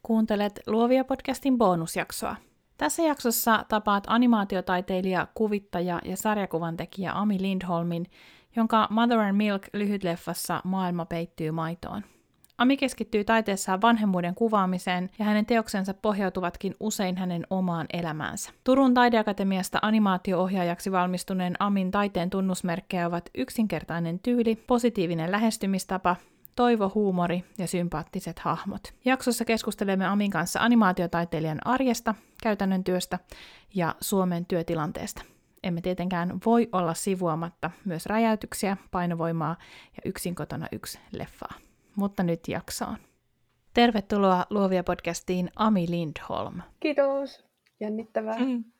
Kuuntelet Luovia podcastin bonusjaksoa. Tässä jaksossa tapaat animaatiotaiteilija, kuvittaja ja sarjakuvantekijä Ami Lindholmin, jonka Mother and Milk-lyhytleffassa maailma peittyy maitoon. Ami keskittyy taiteessaan vanhemmuuden kuvaamiseen ja hänen teoksensa pohjautuvatkin usein hänen omaan elämäänsä. Turun taideakatemiasta animaatio-ohjaajaksi valmistuneen Amin taiteen tunnusmerkkejä ovat yksinkertainen tyyli, positiivinen lähestymistapa, toivo, huumori ja sympaattiset hahmot. Jaksossa keskustelemme Amin kanssa animaatiotaiteilijan arjesta, käytännön työstä ja Suomen työtilanteesta. Emme tietenkään voi olla sivuamatta myös Räjäytyksiä, Painovoimaa ja Yksin kotona 1 leffaa. Mutta nyt jaksoon. Tervetuloa Luovia podcastiin Ami Lindholm. Kiitos. Jännittävää.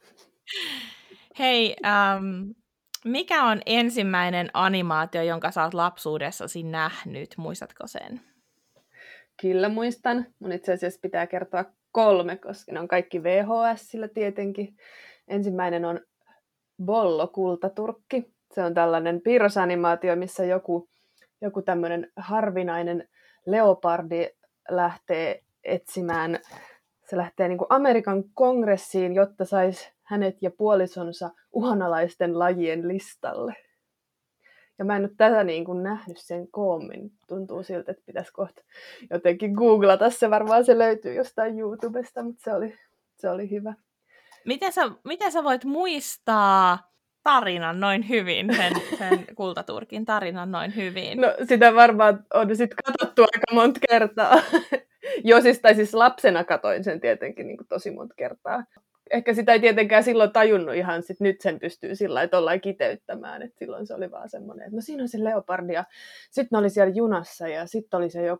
Hei, mikä on ensimmäinen animaatio, jonka sä oot lapsuudessasi nähnyt? Muistatko sen? Kyllä muistan. Mun itse asiassa pitää kertoa 3, koska ne on kaikki VHS:llä tietenkin. Ensimmäinen on Bollo Kultaturkki. Se on tällainen piirrosanimaatio, missä joku tämmöinen harvinainen leopardi lähtee etsimään. Se lähtee niin kuin Amerikan kongressiin, jotta saisi hänet ja puolisonsa uhanalaisten lajien listalle. Ja mä en ole tätä niin kuin nähnyt sen koommin. Tuntuu siltä, että pitäisi kohta jotenkin googlata se. Varmaan se löytyy jostain YouTubesta, mutta se oli hyvä. Miten sä voit muistaa tarinan noin hyvin, sen Kultaturkin tarinan noin hyvin? No sitä varmaan on sitten katsottu aika monta kertaa. Siis lapsena katoin sen tietenkin niin kuin tosi monta kertaa. Ehkä sitä ei tietenkään silloin tajunnut ihan, sit nyt sen pystyy sillä lailla kiteyttämään, että silloin se oli vaan semmoinen, että no siinä on se leopardi ja sitten ne oli siellä junassa ja sitten oli se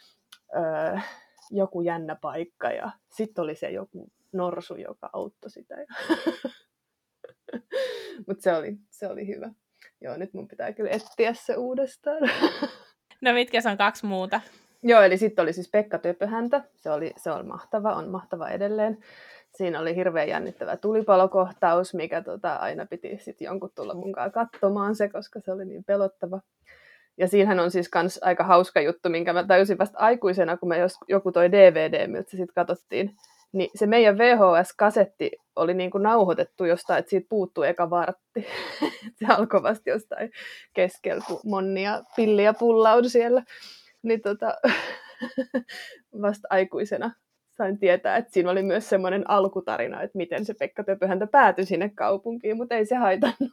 joku jännä paikka ja sitten oli se joku norsu, joka auttoi sitä. Mutta se oli hyvä. Joo, nyt mun pitää kyllä etsiä se uudestaan. No mitkä on 2 muuta? Joo, eli sitten oli siis Pekka Töpöhäntä. Se on mahtava edelleen. Siinä oli hirveän jännittävä tulipalokohtaus, mikä aina piti sitten jonkun tulla munkaan katsomaan se, koska se oli niin pelottava. Ja siinähän on siis kans aika hauska juttu, minkä mä tajusin vasta aikuisena, kun me joku toi DVD, miltä se sitten katsottiin. Niin se meidän VHS-kasetti oli niinku nauhoitettu jostain, että siitä puuttuu eka vartti. Se alkoi vasta jostain keskellä, kun Monni ja Pilli ja pullaudi siellä. Niin vasta aikuisena sain tietää, että siinä oli myös semmoinen alkutarina, että miten se Pekka Töpöhäntä päätyi sinne kaupunkiin, mutta ei se haitannut.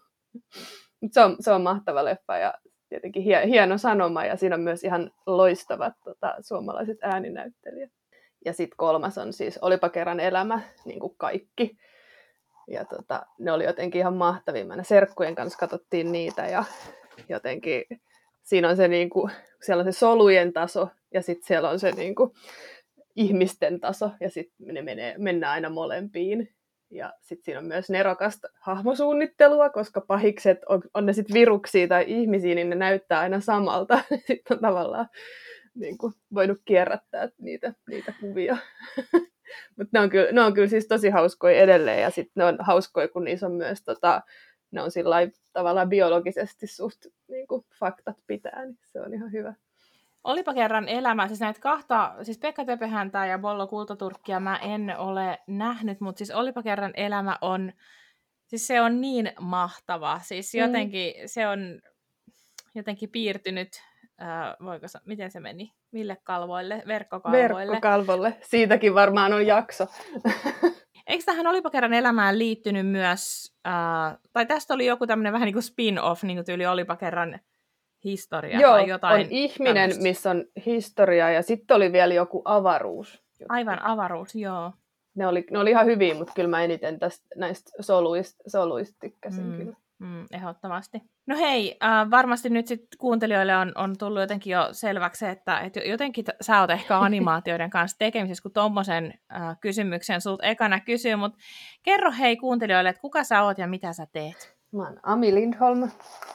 Se on mahtava leffa ja tietenkin hieno sanoma ja siinä on myös ihan loistavat suomalaiset ääninäyttelijät. Ja sitten 3 on siis Olipa kerran elämä, niin kuin kaikki. Ja ne oli jotenkin ihan mahtavia. Mä serkkujen kanssa katsottiin niitä ja jotenkin siinä on se niinku, siellä on se solujen taso ja sitten siellä on se niinku ihmisten taso ja sitten mennään aina molempiin. Ja sitten siinä on myös nerokasta hahmosuunnittelua, koska pahikset on ne sitten viruksia tai ihmisiä, niin ne näyttää aina samalta. Sitten on tavallaan niin kuin voinut kierrättää niitä kuvia. Mutta ne on kyllä siis tosi hauskoja edelleen ja sitten ne on hauskoja, kun niissä on myös ne on sillai tavallaan biologisesti suht niin kuin faktat pitää, niin se on ihan hyvä. Olipa kerran elämä, siis näitä 2, siis Pekka Töpöhäntää ja Bollo Kultaturkkia mä en ole nähnyt, mutta siis Olipa kerran elämä on, siis se on niin mahtava, siis jotenkin se on jotenkin piirtynyt, miten se meni, mille kalvoille, verkkokalvoille. Verkkokalvolle, siitäkin varmaan on jakso. Eikö tähän Olipa kerran elämään liittynyt myös, tai tästä oli joku tämmöinen vähän niin kuin spin-off, niin kuin tyyli Olipa kerran historia Joo, tai jotain. on ihminen, missä on historia ja sitten oli vielä joku avaruus. Aivan, avaruus, joo. Ne oli ihan hyviä, mutta kyllä mä eniten näistä soluista tykkäsin kyllä. Ehdottomasti. No hei, varmasti nyt sit kuuntelijoille on tullut jotenkin jo selväksi, että jotenkin sä oot ehkä animaatioiden kanssa tekemisissä, kun tommosen kysymyksen sulta ekana kysyy, mutta kerro hei kuuntelijoille, että kuka sä oot ja mitä sä teet? Mä oon Ami Lindholm,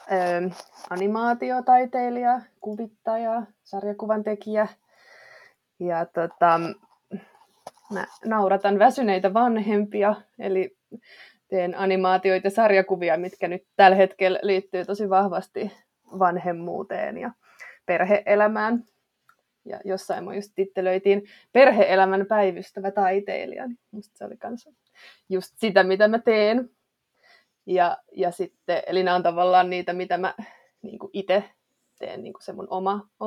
animaatiotaiteilija, kuvittaja, sarjakuvan tekijä ja mä nauratan väsyneitä vanhempia, eli teen animaatioita ja sarjakuvia, mitkä nyt tällä hetkellä liittyy tosi vahvasti vanhemmuuteen ja perhe-elämään. Ja jossain mua just tittelöitiin perhe-elämän päivystävä taiteilija. Niin musta se oli kans just sitä, mitä mä teen. Ja sitten, eli nämä on tavallaan niitä, mitä mä niin kuin itse teen, niin kuin se mun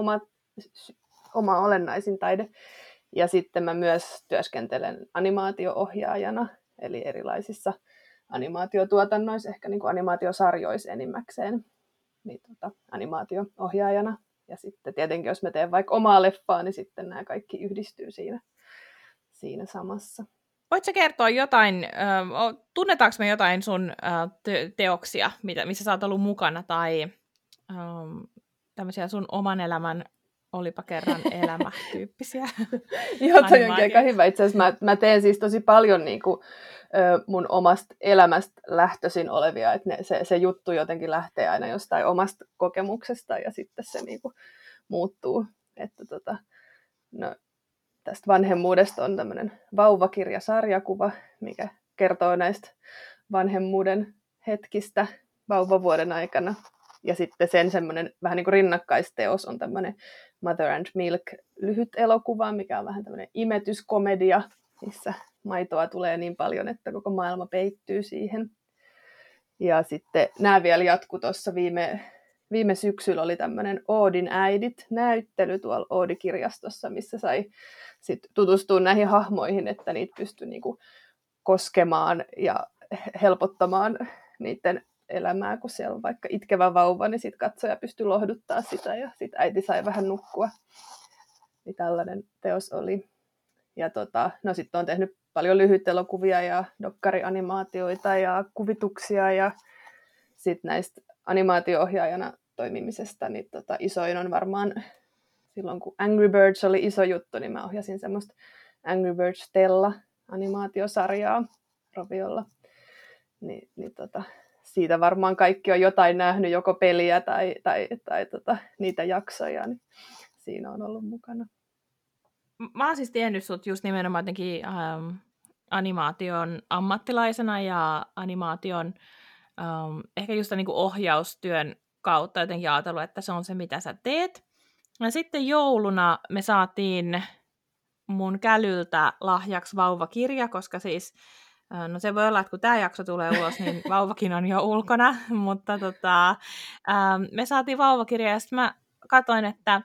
oma olennaisin taide. Ja sitten mä myös työskentelen animaatio-ohjaajana, eli erilaisissa animaatiotuotannoissa, ehkä niin kuin animaatiosarjoissa enimmäkseen, niin animaatio-ohjaajana. Ja sitten tietenkin, jos mä teen vaikka omaa leffaa, niin sitten nämä kaikki yhdistyy siinä samassa. Voitko kertoa jotain, tunnetaanko me jotain sun teoksia, missä sä oot ollut mukana, tai tämmöisiä sun oman elämän olipa kerran elämä -tyyppisiä Joo, toi onkin aika hyvä. Itse asiassa mä teen siis tosi paljon niin kuin, mun omasta elämästä lähtöisin olevia, että se juttu jotenkin lähtee aina jostain omasta kokemuksesta ja sitten se niin kuin muuttuu. Että no, tästä vanhemmuudesta on tämmöinen vauvakirjasarjakuva, mikä kertoo näistä vanhemmuuden hetkistä vauvavuoden aikana. Ja sitten sen semmoinen vähän niin kuin rinnakkaisteos on tämmöinen Mother and Milk lyhyt elokuva, mikä on vähän tämmöinen imetyskomedia, missä maitoa tulee niin paljon, että koko maailma peittyy siihen. Ja sitten nämä vielä jatkui tuossa viime syksyllä oli tämmöinen Oodin äidit-näyttely tuolla Oodi-kirjastossa, missä sai sit tutustua näihin hahmoihin, että niitä pystyi niinku koskemaan ja helpottamaan niiden elämää, kun siellä on vaikka itkevä vauva, niin sitten katsoja pystyi lohduttaa sitä ja sitten äiti sai vähän nukkua. Niin tällainen teos oli. Ja no sitten on tehnyt paljon lyhytelokuvia ja dokkarianimaatioita ja kuvituksia ja sitten näistä animaatio-ohjaajana toimimisesta, niin isoin on varmaan silloin, kun Angry Birds oli iso juttu, niin mä ohjasin semmoista Angry Birds Stella-animaatiosarjaa Roviolla. Niin, siitä varmaan kaikki on jotain nähnyt, joko peliä tai niitä jaksoja, niin siinä on ollut mukana. Mä oon siis tiennyt sut just nimenomaan jotenkin animaation ammattilaisena ja animaation ehkä just niin kuin ohjaustyön kautta jotenkin ajatellut, että se on se, mitä sä teet. Ja sitten jouluna me saatiin mun kälyltä lahjaksi vauvakirja, koska siis, no se voi olla, että kun tämä jakso tulee ulos, niin vauvakin on jo ulkona, mutta me saatiin vauvakirja ja sitten mä katsoin, että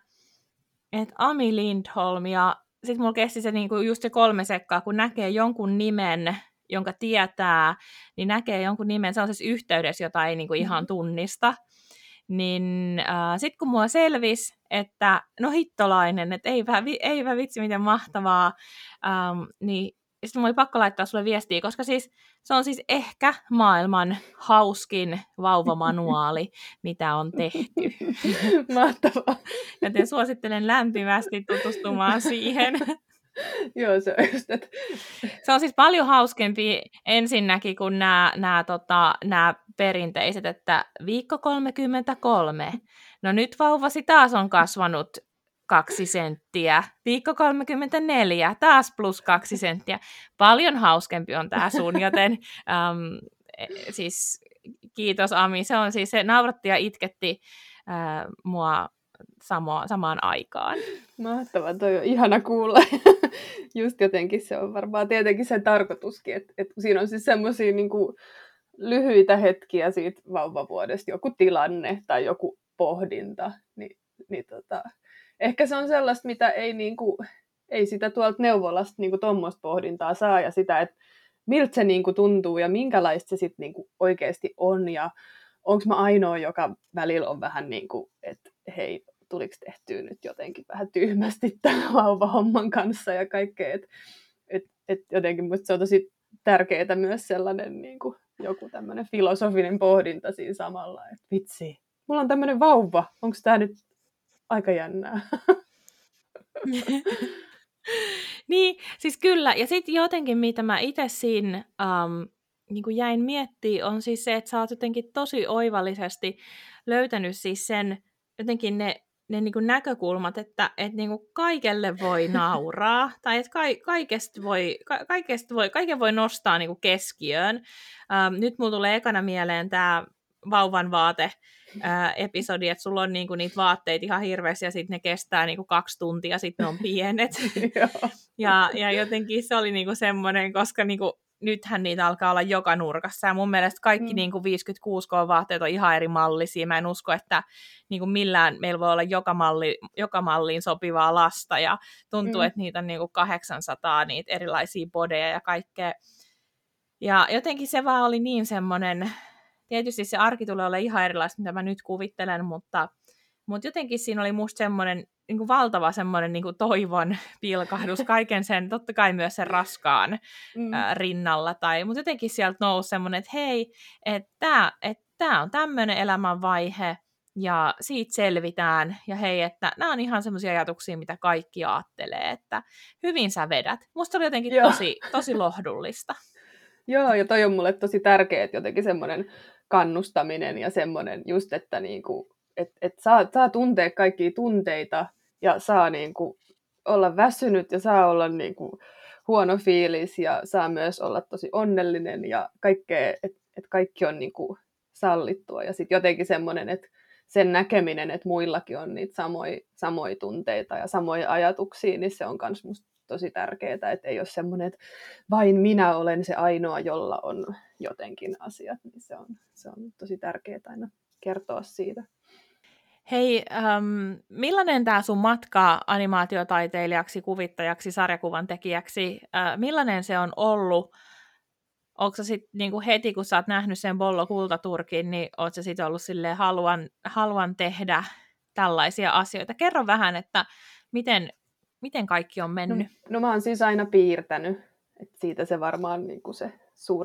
Ami Lindholm, ja sitten mulla kesti se niinku just se 3 sekkaa, kun näkee jonkun nimen, jonka tietää, niin näkee jonkun nimen sellaisessa yhteydessä, jota ei niinku ihan tunnista. Niin sitten kun mulla selvisi, että no hittolainen, että eipä vitsi miten mahtavaa, niin sitten mulla oli pakko laittaa sulle viestiä, koska siis se on siis ehkä maailman hauskin vauvamanuaali, mitä on tehty. Mahtavaa. Joten suosittelen lämpimästi tutustumaan siihen. Joo, se on just, että se on siis paljon hauskempi ensinnäkin kuin nämä perinteiset, että viikko 33. No nyt vauvasi taas on kasvanut 2 senttiä. Viikko 34, taas plus 2 senttiä. Paljon hauskempi on tämä sun, joten siis kiitos Ami. Se on siis, se nauratti ja itketti mua samaan aikaan. Mahtavaa, toi on ihana kuulla. Just jotenkin se on varmaan tietenkin sen tarkoituskin, että siinä on siis semmoisia niinku lyhyitä hetkiä siitä vauvavuodesta, joku tilanne tai joku pohdinta, niin ehkä se on sellaista, mitä ei sitä tuolta neuvolasta niinku tuommoista pohdintaa saa, ja sitä, että miltä se niinku tuntuu ja minkälaista se sitten niinku oikeasti on, ja onko mä ainoa, joka välillä on vähän niin kuin, että hei, tuliko tehtyä nyt jotenkin vähän tyhmästi tämän vauvahomman kanssa ja kaikkea, että jotenkin musta se on tosi tärkeää myös sellainen niin kuin joku tämmöinen filosofinen pohdinta siinä samalla, että vitsi, mulla on tämmöinen vauva, onko tämä nyt aika jännää? Niin, siis kyllä, ja sitten jotenkin mitä mä itse siinä niin kuin jäin miettimään, on siis se, että sä oot jotenkin tosi oivallisesti löytänyt siis sen, jotenkin ne niin kuin näkökulmat, että niin kuin kaikelle voi nauraa, tai että kaiken voi nostaa niin kuin keskiöön. Nyt mulla tulee ekana mieleen tämä vauvan vaate episodi, että sulla on niinku niitä vaatteita ihan hirveästi ja sitten ne kestää niinku 2 tuntia, sitten ne on pienet. ja jotenkin se oli niinku semmoinen, koska niinku, nythän niitä alkaa olla joka nurkassa. Ja mun mielestä kaikki niinku 56K-vaatteet on ihan eri mallisia. Mä en usko, että niinku millään meillä voi olla joka malliin sopivaa lasta. Ja tuntuu, että niitä on niinku 800 niitä erilaisia bodeja ja kaikkea. Ja jotenkin se vaan oli niin semmoinen, tietysti se arki tulee olla ihan erilaista, mitä mä nyt kuvittelen, mutta jotenkin siinä oli musta semmoinen niin kuin valtava semmoinen niin kuin toivon pilkahdus kaiken sen, totta kai myös sen raskaan rinnalla. Mutta jotenkin sieltä nousi semmoinen, että hei, että tämä on tämmöinen elämänvaihe ja siitä selvitään. Ja hei, että nämä on ihan semmoisia ajatuksia, mitä kaikki ajattelee, että hyvin sä vedät. Musta oli jotenkin tosi lohdullista. Joo, ja toi on mulle tosi tärkeä, että jotenkin semmoinen kannustaminen ja semmoinen just, että niinku, et saa tuntea kaikkia tunteita ja saa niinku olla väsynyt ja saa olla niinku huono fiilis ja saa myös olla tosi onnellinen ja kaikkea, että kaikki on niinku sallittua. Ja sitten jotenkin semmoinen, että sen näkeminen, että muillakin on niitä samoja tunteita ja samoja ajatuksia, niin se on myös musta tosi tärkeää, että ei ole semmoinen, että vain minä olen se ainoa, jolla on jotenkin asiat, niin se on tosi tärkeää aina kertoa siitä. Hei, millainen tämä sun matka animaatiotaiteilijaksi, kuvittajaksi, sarjakuvan tekijäksi, millainen se on ollut? Onko sä sitten niinku heti, kun sä oot nähnyt sen Bollo Kultaturkin, niin oot sä sitten ollut silleen, haluan tehdä tällaisia asioita? Kerro vähän, että miten kaikki on mennyt? No mä oon siis aina piirtänyt, että siitä se varmaan niinku se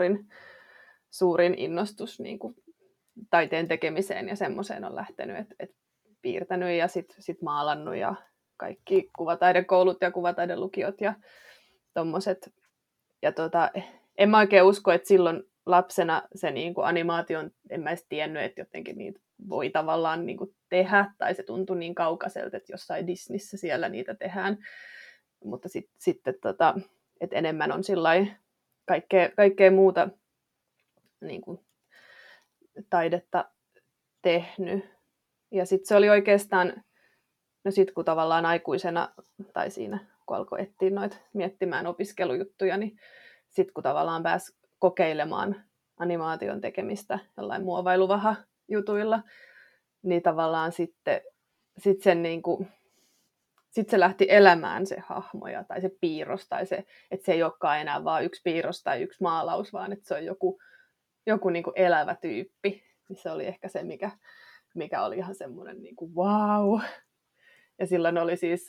suurin innostus niinku taiteen tekemiseen ja semmoiseen on lähtenyt, että piirtänyt ja sit maalannut ja kaikki kuvataidekoulut ja kuvataidelukiot ja tommoset. Ja en mä oikein usko, että silloin lapsena se niinku animaation, en mä edes tiennyt, että jotenkin niitä voi tavallaan niinku tehdä, tai se tuntui niin kaukaiselta, että jossain Disneyssä siellä niitä tehdään. Mutta sitten että enemmän on sillai kaikkea muuta niinku taidetta tehnyt. Ja sitten se oli oikeastaan, no sitten kun tavallaan aikuisena, tai siinä kun alkoi etsiä miettimään opiskelujuttuja, niin sitten kun tavallaan pääsi kokeilemaan animaation tekemistä jollain muovailuvaha-jutuilla, niin tavallaan sitten sen niinku, sit se lähti elämään se hahmoja tai se piirros, tai se, että se ei olekaan enää vaan yksi piirros tai yksi maalaus, vaan että se on joku niinku elävä tyyppi. Se oli ehkä se, mikä oli ihan semmoinen niinku wow. Ja silloin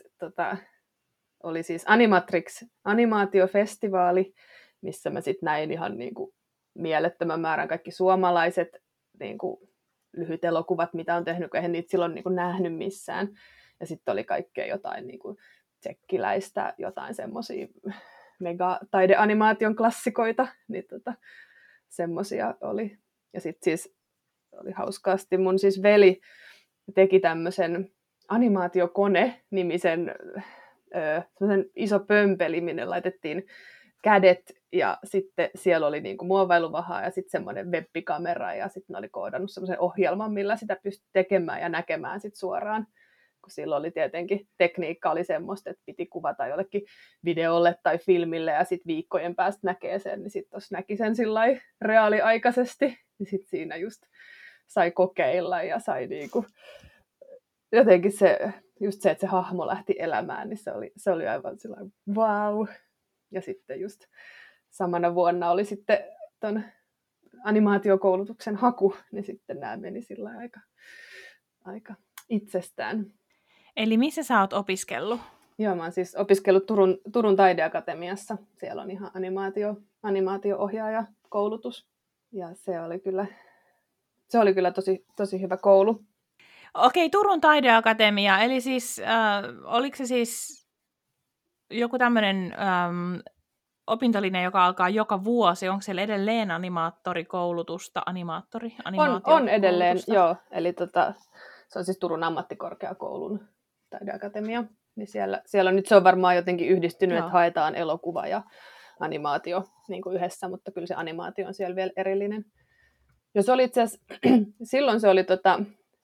oli siis Animatrix animaatiofestivaali, missä mä sitten näin ihan niinku mielettömän määrän kaikki suomalaiset niinku lyhyt elokuvat, mitä on tehnyt, kun eihän niitä silloin niinku nähnyt missään. Ja sitten oli kaikkea jotain niinku tsekkiläistä, jotain semmoisia megataideanimaation klassikoita, niin semmoisia oli. Ja sitten siis oli hauskaasti mun siis veli teki tämmöisen animaatiokone-nimisen iso pömpeli, minne laitettiin kädet ja sitten siellä oli niinku muovailuvahaa ja sitten semmoinen webbikamera ja sitten ne oli koodannut semmoisen ohjelman, millä sitä pystyi tekemään ja näkemään sitten suoraan. Kun silloin oli tietenkin, tekniikka oli semmoista, että piti kuvata jollekin videolle tai filmille ja sitten viikkojen päästä näkee sen, niin sitten tuossa näki sen sillai reaaliaikaisesti, niin sitten siinä just sai kokeilla ja sai niinku, jotenkin just se, että se hahmo lähti elämään, niin se oli aivan sellainen wow. Ja sitten just samana vuonna oli sitten ton animaatiokoulutuksen haku, niin sitten nämä meni sillä aika itsestään. Eli missä sä oot opiskellut? Joo, mä oon siis opiskellut Turun taideakatemiassa. Siellä on ihan animaatio-ohjaajakoulutus. Ja se oli kyllä tosi hyvä koulu. Okei, Turun taideakatemia, eli siis oliko se siis joku tämmöinen opintolinja, joka alkaa joka vuosi? Onko siellä edelleen animaattorikoulutusta? On edelleen, joo. Eli se on siis Turun ammattikorkeakoulun taideakatemia. Niin siellä on nyt se on varmaan jotenkin yhdistynyt, että haetaan elokuva ja animaatio niin kuin yhdessä, mutta kyllä se animaatio on siellä vielä erillinen. Ja se oli itse asiassa, silloin se oli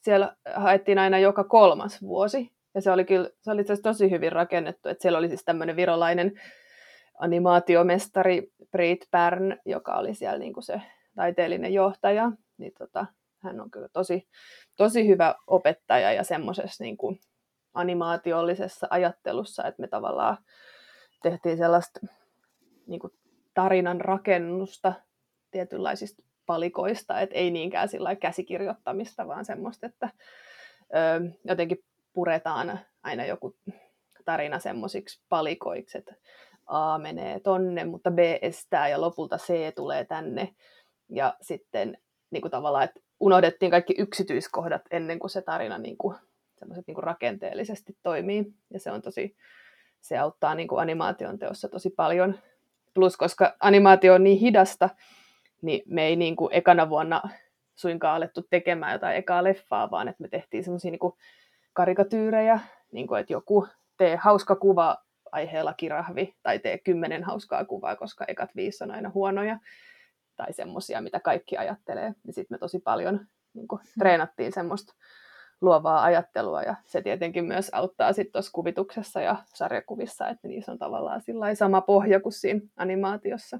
siellä haettiin aina joka 3. vuosi. Ja se oli itse asiassa tosi hyvin rakennettu, että siellä oli siis tämmöinen virolainen animaatiomestari Brit Bärn, joka oli siellä niin kuin se taiteellinen johtaja. Niin hän on kyllä tosi hyvä opettaja ja semmoisessa niin kuin animaatiollisessa ajattelussa, että me tavallaan tehtiin sellaista niin kuin tarinan rakennusta tietynlaisista palikoista, että ei niinkään sillä käsikirjoittamista, vaan semmoista, että jotenkin puretaan aina joku tarina semmoisiksi palikoiksi, että A menee tonne, mutta B estää ja lopulta C tulee tänne. Ja sitten niin kuin tavallaan, että unohdettiin kaikki yksityiskohdat ennen kuin se tarina niin kuin, semmoiset niin kuin rakenteellisesti toimii. Ja se auttaa niin kuin animaation teossa tosi paljon. Plus, koska animaatio on niin hidasta, niin me ei niin kuin ekana vuonna suinkaan alettu tekemään jotain ekaa leffaa, vaan että me tehtiin semmoisia niin kuin karikatyyrejä, niin kuin, että joku tee hauska kuva aiheella kirahvi, tai tee 10 hauskaa kuvaa, koska ekat 5 on aina huonoja, tai semmoisia, mitä kaikki ajattelee. Ja sitten me tosi paljon niin kuin treenattiin semmoista luovaa ajattelua, ja se tietenkin myös auttaa sitten tuossa kuvituksessa ja sarjakuvissa, että niissä on tavallaan sama pohja kuin siinä animaatiossa.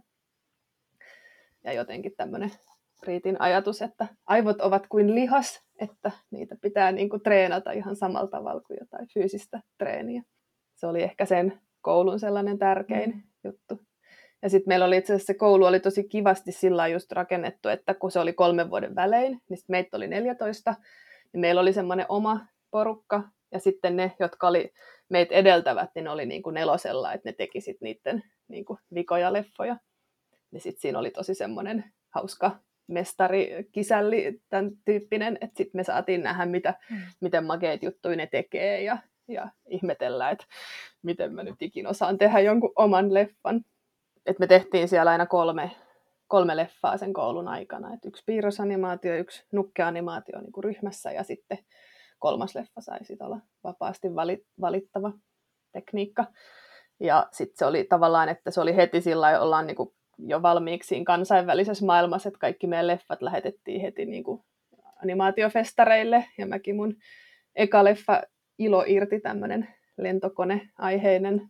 Ja jotenkin tämmöinen Britin ajatus, että aivot ovat kuin lihas, että niitä pitää niin kuin treenata ihan samalla tavalla kuin jotain fyysistä treeniä. Se oli ehkä sen koulun sellainen tärkein juttu. Ja sitten meillä oli itse asiassa se koulu oli tosi kivasti sillä just rakennettu, että kun se oli 3 vuoden välein, niin meitä oli 14, niin meillä oli semmoinen oma porukka, ja sitten ne, jotka oli meitä edeltävät, niin oli niin kuin 4, että ne teki sitten niiden niin kuin vikoja leffoja. Ja sitten siinä oli tosi semmoinen hauska mestari, kisälli, tämän tyyppinen, että sitten me saatiin nähdä, miten makeat juttuja ne tekee ja ihmetellä, että miten mä nyt ikinä osaan tehdä jonkun oman leffan. Et me tehtiin siellä aina 3 leffaa sen koulun aikana, että 1 piirrosanimaatio, 1 nukkeanimaatio niin kuin ryhmässä ja sitten 3. leffa sai sitten olla vapaasti valittava tekniikka. Ja sitten se oli tavallaan, että se oli heti sillä lailla, ollaan niin kuin jo valmiiksi siinä kansainvälisessä maailmassa, että kaikki meidän leffat lähetettiin heti niin kuin animaatiofestareille. Ja mäkin mun eka leffa Ilo irti, tämmöinen lentokoneaiheinen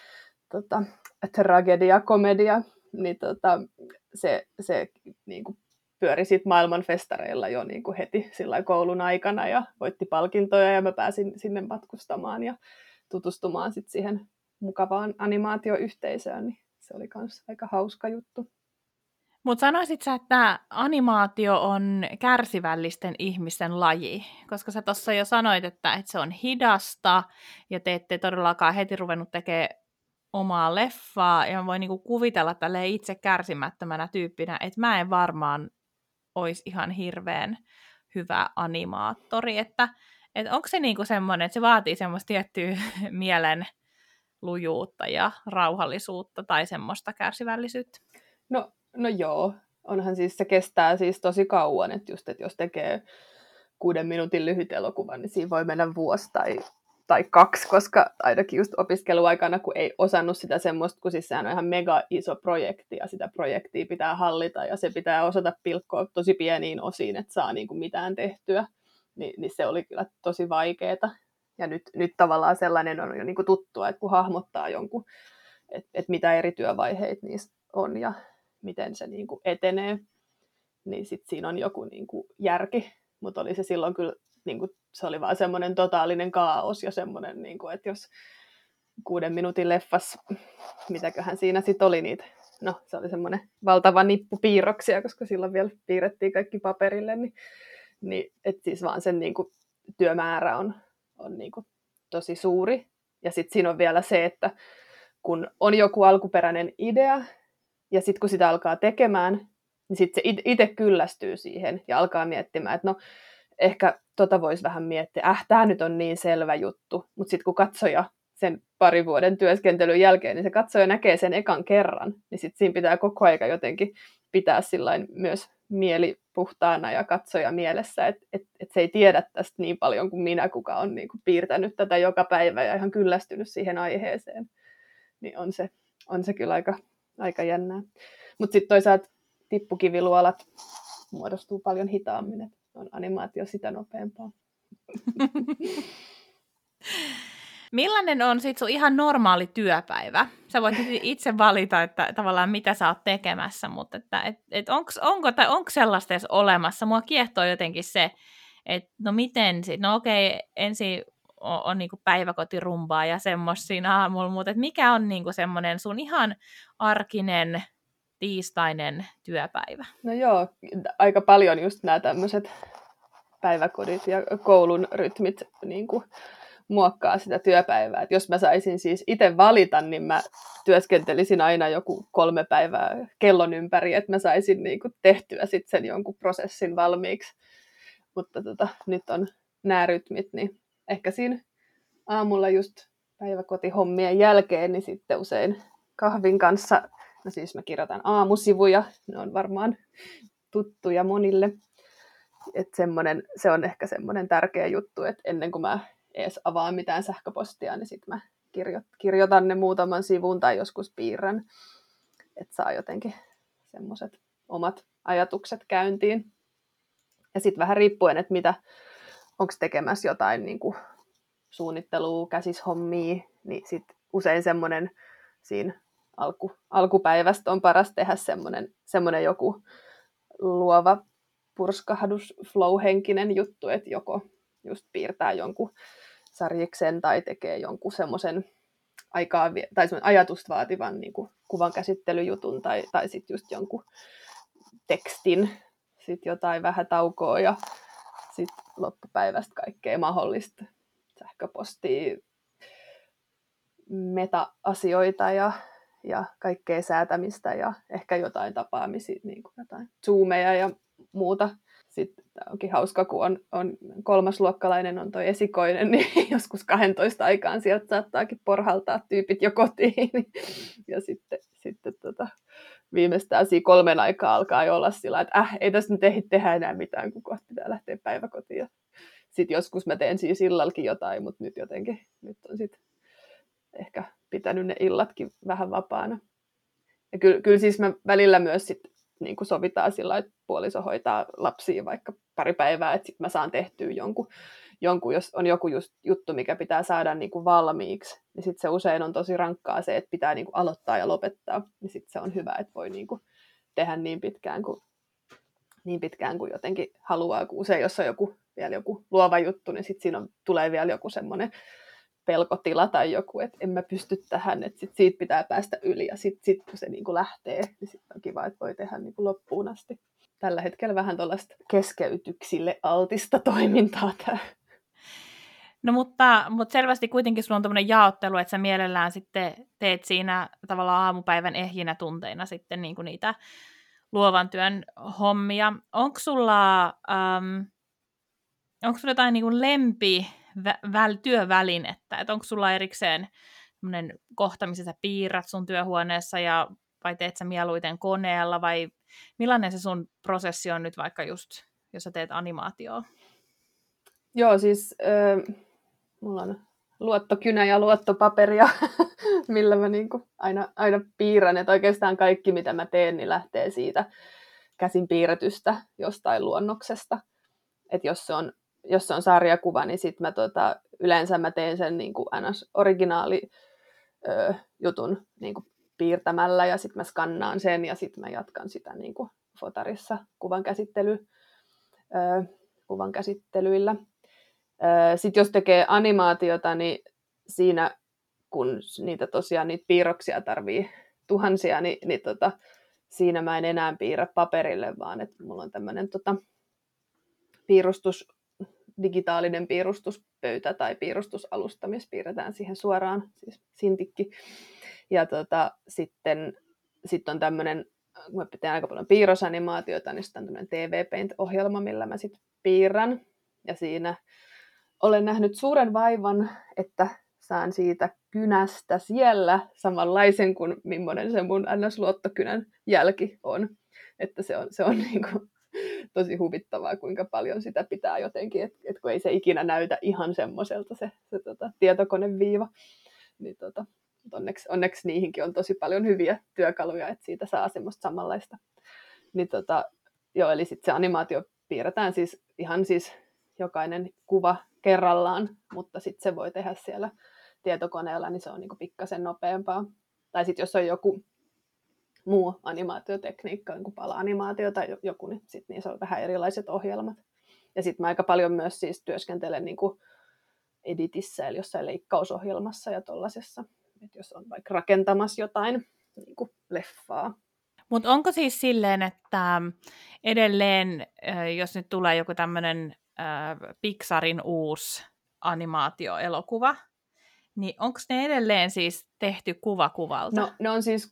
tragedia-komedia, niin se niin kuin pyöri sit maailman festareilla jo niin kuin heti sillä koulun aikana ja voitti palkintoja ja mä pääsin sinne matkustamaan ja tutustumaan sit siihen mukavaan animaatioyhteisöön, niin se oli myös aika hauska juttu. Mutta sanoisit sä, että animaatio on kärsivällisten ihmisten laji? Koska sä tuossa jo sanoit, että se on hidasta ja te ette todellakaan heti ruvennut tekemään omaa leffaa. Ja mä voin niinku kuvitella tälleen itse kärsimättömänä tyyppinä, että mä en varmaan olisi ihan hirveän hyvä animaattori. Että onko se niinku semmoinen, että se vaatii semmoista tiettyä mielen lujuutta ja rauhallisuutta tai semmoista kärsivällisyyttä? No joo, onhan siis se kestää siis tosi kauan, että just, että jos tekee 6 minuutin lyhyt elokuva, niin siinä voi mennä vuosi tai 2, koska ainakin just opiskeluaikana, kun ei osannut sitä semmoista, kun siis sehän on ihan mega iso projekti ja sitä projektia pitää hallita ja se pitää osata pilkkoa tosi pieniin osiin, että saa niin kuin mitään tehtyä, niin se oli kyllä tosi vaikeaa. Ja nyt tavallaan sellainen on jo niin kuin tuttua, että kun hahmottaa jonkun, että mitä eri työvaiheita niissä on ja miten se niin kuin etenee, niin sitten siinä on joku niin kuin järki, mutta oli se silloin kyllä, niin kuin, se oli vaan semmoinen totaalinen kaos ja semmoinen, niin kuin, että jos 6 minuutin leffas, mitäköhän siinä sitten oli niitä, no se oli semmoinen valtava nippu piirroksia, koska silloin vielä piirrettiin kaikki paperille, niin että siis vaan sen niin kuin, työmäärä on niin kuin, tosi suuri. Ja sitten siinä on vielä se, että kun on joku alkuperäinen idea, ja sitten kun sitä alkaa tekemään, niin sitten se itse kyllästyy siihen ja alkaa miettimään, että no ehkä voisi vähän miettiä, tämä nyt on niin selvä juttu, mutta sitten kun katsoja sen 2 vuoden työskentelyn jälkeen, niin se katsoja näkee sen ekan kerran, niin sitten siinä pitää koko aika jotenkin pitää sillain myös mieli puhtaana ja katsoja mielessä, että se ei tiedä tästä niin paljon kuin minä, kuka on niin kuin piirtänyt tätä joka päivä ja ihan kyllästynyt siihen aiheeseen, niin on se kyllä aika jännää. Mutta sitten toisaalta tippukiviluolat muodostuu paljon hitaammin, että on animaatio sitä nopeampaa. Millainen on sitten sun ihan normaali työpäivä? Sä voit itse valita, että tavallaan mitä sä oot tekemässä, mutta että onko sellaista edes olemassa? Mua kiehtoo jotenkin se, että no miten no okei, ensin on niinku päiväkotirumbaa ja semmoista siinä aamulla, mutta että mikä on niinku semmoinen sun ihan arkinen tiistainen työpäivä? No joo, aika paljon just nämä tämmöiset päiväkodit ja koulun rytmit niin kuin muokkaa sitä työpäivää. Et jos mä saisin siis itse valita, niin mä työskentelisin aina joku 3 päivää kellon ympäri, että mä saisin niin kuin tehtyä sit sen jonkun prosessin valmiiksi. Mutta nyt on nämä rytmit, niin ehkä siinä aamulla just päiväkotihommien jälkeen, niin sitten usein kahvin kanssa, no siis mä kirjoitan aamusivuja, ne on varmaan tuttuja monille. Et se on ehkä semmoinen tärkeä juttu, että ennen kuin mä edes avaan mitään sähköpostia, niin sitten mä kirjoitan ne muutaman sivun tai joskus piirrän, että saa jotenkin semmoiset omat ajatukset käyntiin. Ja sitten vähän riippuen, että onko tekemässä jotain niin kuin suunnittelua, käsishommia, niin sitten usein semmoinen siinä alkupäivästä on paras tehdä semmoinen joku luova purskahdus, flow-henkinen juttu, että joko just piirtää jonkun sarjiksen tai tekee jonkun semmoisen tai ajatusta vaativan niin kuin kuvan käsittelyjutun tai sitten just jonkun tekstin, sitten jotain vähän taukoa ja sitten loppupäivästä kaikkea mahdollista sähköpostia, meta-asioita ja kaikkea säätämistä ja ehkä jotain tapaamisia, niin kuin jotain zoomeja ja muuta. Sitten onkin hauska, kun on kolmasluokkalainen, on toi esikoinen, niin joskus 12 aikaan sieltä saattaakin porhaltaa tyypit jo kotiin. Ja sitten viimeistään siinä 3 aikaa alkaa jo olla sillä, että ei tässä nyt ehdi tehdä enää mitään, kun kohta pitää lähteä päiväkotiin. Sitten joskus mä teen siis illallakin jotain, mutta nyt on sitten ehkä pitänyt ne illatkin vähän vapaana. Ja kyllä siis mä välillä myös sit niin kuin sovitaan sillä, että puoliso hoitaa lapsia vaikka 2 päivää, että sitten mä saan tehtyä jonkun, jos on joku just juttu, mikä pitää saada niin kuin valmiiksi, niin sitten se usein on tosi rankkaa se, että pitää niin kuin aloittaa ja lopettaa, niin sitten se on hyvä, että voi niin kuin tehdä niin pitkään kuin jotenkin haluaa, kun usein jos on vielä joku luova juttu, niin sitten siinä tulee vielä joku semmoinen pelkotila tai joku, että en mä pysty tähän, että siitä pitää päästä yli ja sitten kun se niin kuin lähtee, niin sitten on kiva, että voi tehdä niin kuin loppuun asti. Tällä hetkellä vähän tuollaista keskeytyksille altista toimintaa tämä. No mutta selvästi kuitenkin sulla on tämmöinen jaottelu, että sä mielellään sitten teet siinä tavallaan aamupäivän ehjinä tunteina sitten niin kuin niitä luovan työn hommia. Onko sulla jotain niin kuin työvälinettä, että onko sulla erikseen kohta, missä sä piirrät sun työhuoneessa vai teet sä mieluiten koneella vai millainen se sun prosessi on nyt vaikka just, jos sä teet animaatioa? Joo, siis mulla on luottokynä ja luottopaperia, millä mä niinku aina piirrän, että oikeastaan kaikki mitä mä teen, niin lähtee siitä käsin piirretystä jostain luonnoksesta. Että jos se on sarjakuva, niin sit yleensä mä teen sen niin kuin originaali jutun niin kuin piirtämällä ja sitten mä skannaan sen ja sitten mä jatkan sitä niin kuin fotarissa kuvan käsittelyillä. Sitten jos tekee animaatiota, niin siinä kun niitä piirroksia tarvii tuhansia, niin siinä mä en enää piirrä paperille, vaan että mulla on tämmöinen digitaalinen piirustuspöytä tai piirustusalusta, missä piirretään siihen suoraan, siis sintikki. Ja sitten on tämmöinen, kun mä teen aika paljon piirrosanimaatioita, niin sitten on tämmöinen TV Paint-ohjelma, millä mä sitten piirrän. Ja siinä olen nähnyt suuren vaivan, että saan siitä kynästä siellä samanlaisen kuin millainen se mun NS-luottokynän jälki on. Että se on niin kuin tosi huvittavaa, kuinka paljon sitä pitää jotenkin, että kun ei se ikinä näytä ihan semmoiselta se tietokoneviiva. Niin onneksi niihinkin on tosi paljon hyviä työkaluja, että siitä saa semmoista samanlaista. Niin joo, eli sitten se animaatio piirretään siis ihan siis jokainen kuva kerrallaan, mutta sitten se voi tehdä siellä tietokoneella, niin se on niin kuin pikkasen nopeampaa. Tai sitten jos on joku muu animaatiotekniikka, niin kuin pala-animaatio tai joku, niin sitten niissä on vähän erilaiset ohjelmat. Ja sitten mä aika paljon myös siis työskentelen niin kuin editissä, eli jossain leikkausohjelmassa ja tollasessa, että jos on vaikka rakentamassa jotain niin kuin leffaa. Mutta onko siis silleen, että edelleen, jos nyt tulee joku tämmöinen Pixarin uusi animaatioelokuva, niin onko ne edelleen siis tehty kuva kuvalta? No, ne on siis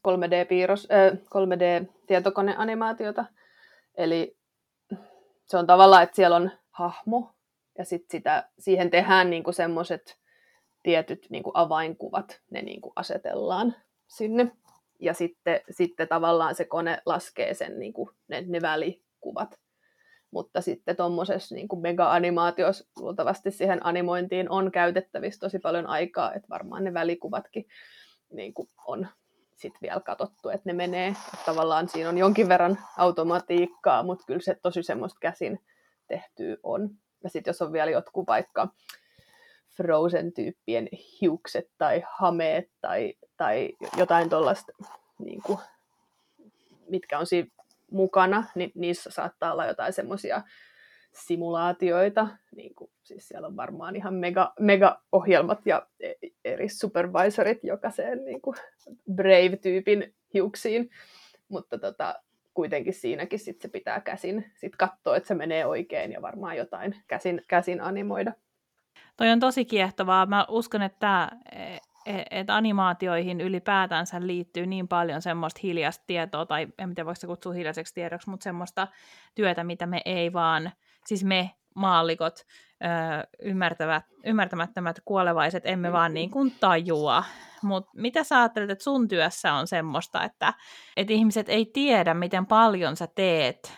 3D-tietokoneanimaatiota, eli se on tavallaan, että siellä on hahmo, ja sitten siihen tehdään niinku semmoiset tietyt niinku avainkuvat, ne niinku asetellaan sinne. Ja sitten tavallaan se kone laskee sen, niinku, ne välikuvat. Mutta sitten tuommoisessa niinku mega-animaatiossa luultavasti siihen animointiin on käytettävissä tosi paljon aikaa, että varmaan ne välikuvatkin niinku on sitten vielä katsottu, että ne menee. Että tavallaan siinä on jonkin verran automatiikkaa, mutta kyllä se tosi semmoista käsin tehtyä on. Ja sitten jos on vielä jotkut vaikka Frozen-tyyppien hiukset tai hameet tai jotain tuollaista, niin kuin, mitkä on siinä mukana, niin niissä saattaa olla jotain semmoisia simulaatioita. Niin kuin, siis siellä on varmaan ihan mega-ohjelmat ja eri supervisorit jokaiseen niin kuin Brave-tyypin hiuksiin. Mutta kuitenkin siinäkin sit se pitää käsin sit katsoa, että se menee oikein ja varmaan jotain käsin animoida. Toi on tosi kiehtovaa. Mä uskon, että animaatioihin ylipäätänsä liittyy niin paljon semmoista hiljaista tietoa, tai en tiedä voiko se kutsua hiljaiseksi tiedoksi, mutta semmoista työtä, mitä me ei vaan, siis me maallikot, ymmärtämättömät kuolevaiset, emme vaan niin kuin tajua. Mutta mitä sä ajattelet, että sun työssä on semmoista, että ihmiset ei tiedä, miten paljon sä teet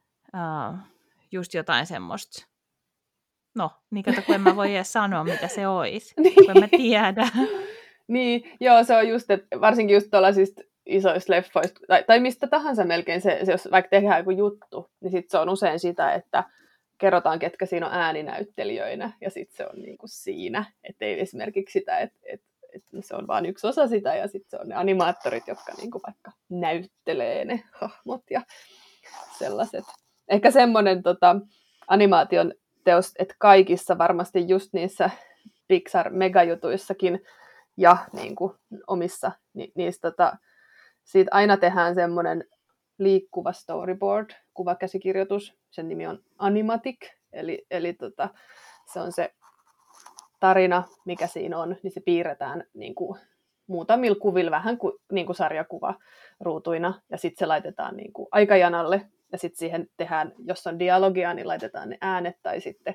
just jotain semmoista? No, niin kato, kun en mä voi edes sanoa, mitä se olisi, kun en mä tiedä. Niin, joo, se on just, että varsinkin just tuollaisista isoista leffoista, tai mistä tahansa melkein se, jos vaikka tehdään joku juttu, niin sit se on usein sitä, että kerrotaan, ketkä siinä on ääninäyttelijöinä, ja sitten se on niinku siinä. Että ei esimerkiksi sitä, että se on vain yksi osa sitä, ja sitten se on ne animaattorit, jotka niinku vaikka näyttelee ne hahmot ja sellaiset. Ehkä semmoinen animaation teos, että kaikissa varmasti just niissä Pixar-megajutuissakin ja niin kuin omissa, niistä siitä aina tehdään semmoinen liikkuva storyboard, kuvakäsikirjoitus. Sen nimi on Animatic, eli se on se tarina, mikä siinä on, niin se piirretään niin kuin muutamilla kuvilla vähän niin kuin sarjakuvaruutuina, ja sitten se laitetaan niin kuin aikajanalle, ja sitten siihen tehdään, jos on dialogia, niin laitetaan ne äänet tai sitten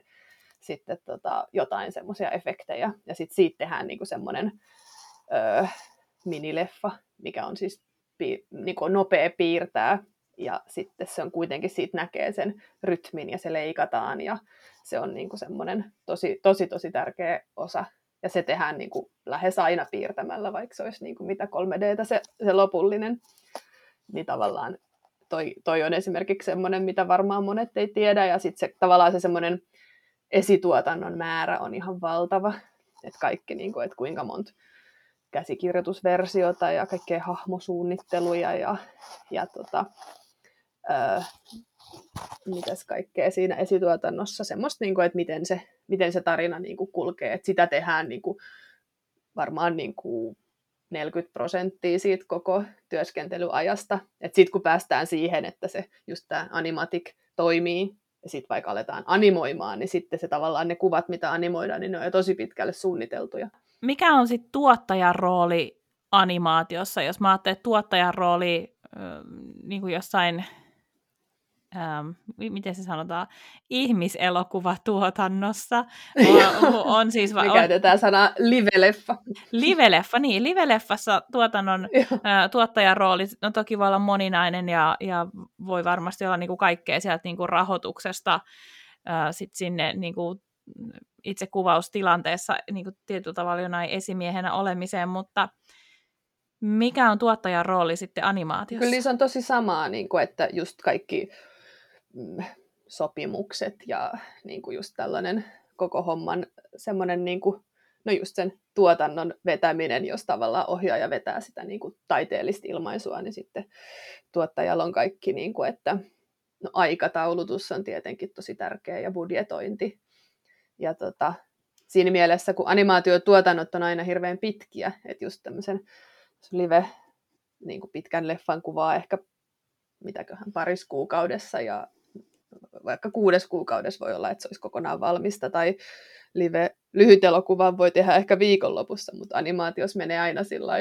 jotain semmoisia efektejä. Ja sitten siitä tehdään niinku semmoinen minileffa, mikä on siis niinku nopea piirtää. Ja sitten se on kuitenkin, siitä näkee sen rytmin ja se leikataan. Ja se on niinku semmoinen tosi tärkeä osa. Ja se tehdään niinku lähes aina piirtämällä, vaikka se olisi niinku mitä 3D:tä se lopullinen. Niin tavallaan toi on esimerkiksi semmoinen, mitä varmaan monet ei tiedä. Ja sitten tavallaan se semmoinen esituotannon määrä on ihan valtava. Että kaikki, niin kuin, että kuinka monta käsikirjoitusversiota ja kaikkea hahmosuunnitteluja ja mitäs kaikkea siinä esituotannossa. Semmoista, niin kuin, että miten se tarina niin kuin kulkee. Että sitä tehdään niin kuin, varmaan niin kuin 40% siitä koko työskentelyajasta. Että sitten kun päästään siihen, että se just tämä Animatic toimii, ja sitten vaikka aletaan animoimaan, niin sitten se tavallaan ne kuvat, mitä animoidaan, niin ne on jo tosi pitkälle suunniteltuja. Mikä on sitten tuottajan rooli animaatiossa, jos mä ajattelen, että tuottajan rooli niin kuin jossain, miten se sanotaan, ihmiselokuvatuotannossa on siis... Me käytetään sanaa live-leffa. Live-leffassa tuotannon tuottajan rooli, no toki voi olla moninainen ja voi varmasti olla niin kuin kaikkea sieltä niin kuin rahoituksesta sit sinne niin kuin itse kuvaustilanteessa niin kuin tietyllä tavalla jonain esimiehenä olemiseen, mutta mikä on tuottajan rooli sitten animaatiossa? Kyllä se on tosi samaa, niin kuin, että just kaikki sopimukset ja niin kuin just tällainen koko homman semmoinen niin kuin, no just sen tuotannon vetäminen, jos tavallaan ohjaaja vetää sitä niin kuin taiteellista ilmaisua, niin sitten tuottajalla on kaikki, niin kuin, että no, aikataulutus on tietenkin tosi tärkeä ja budjetointi. Ja siinä mielessä, kun animaatiotuotannot on aina hirveän pitkiä, että just tämmöisen live niin kuin pitkän leffan kuvaa ehkä mitäköhän parissa kuukaudessa ja vaikka 6 kuukaudessa voi olla, että se olisi kokonaan valmista, tai lyhyt elokuva voi tehdä ehkä viikonlopussa, mutta animaatiossa menee aina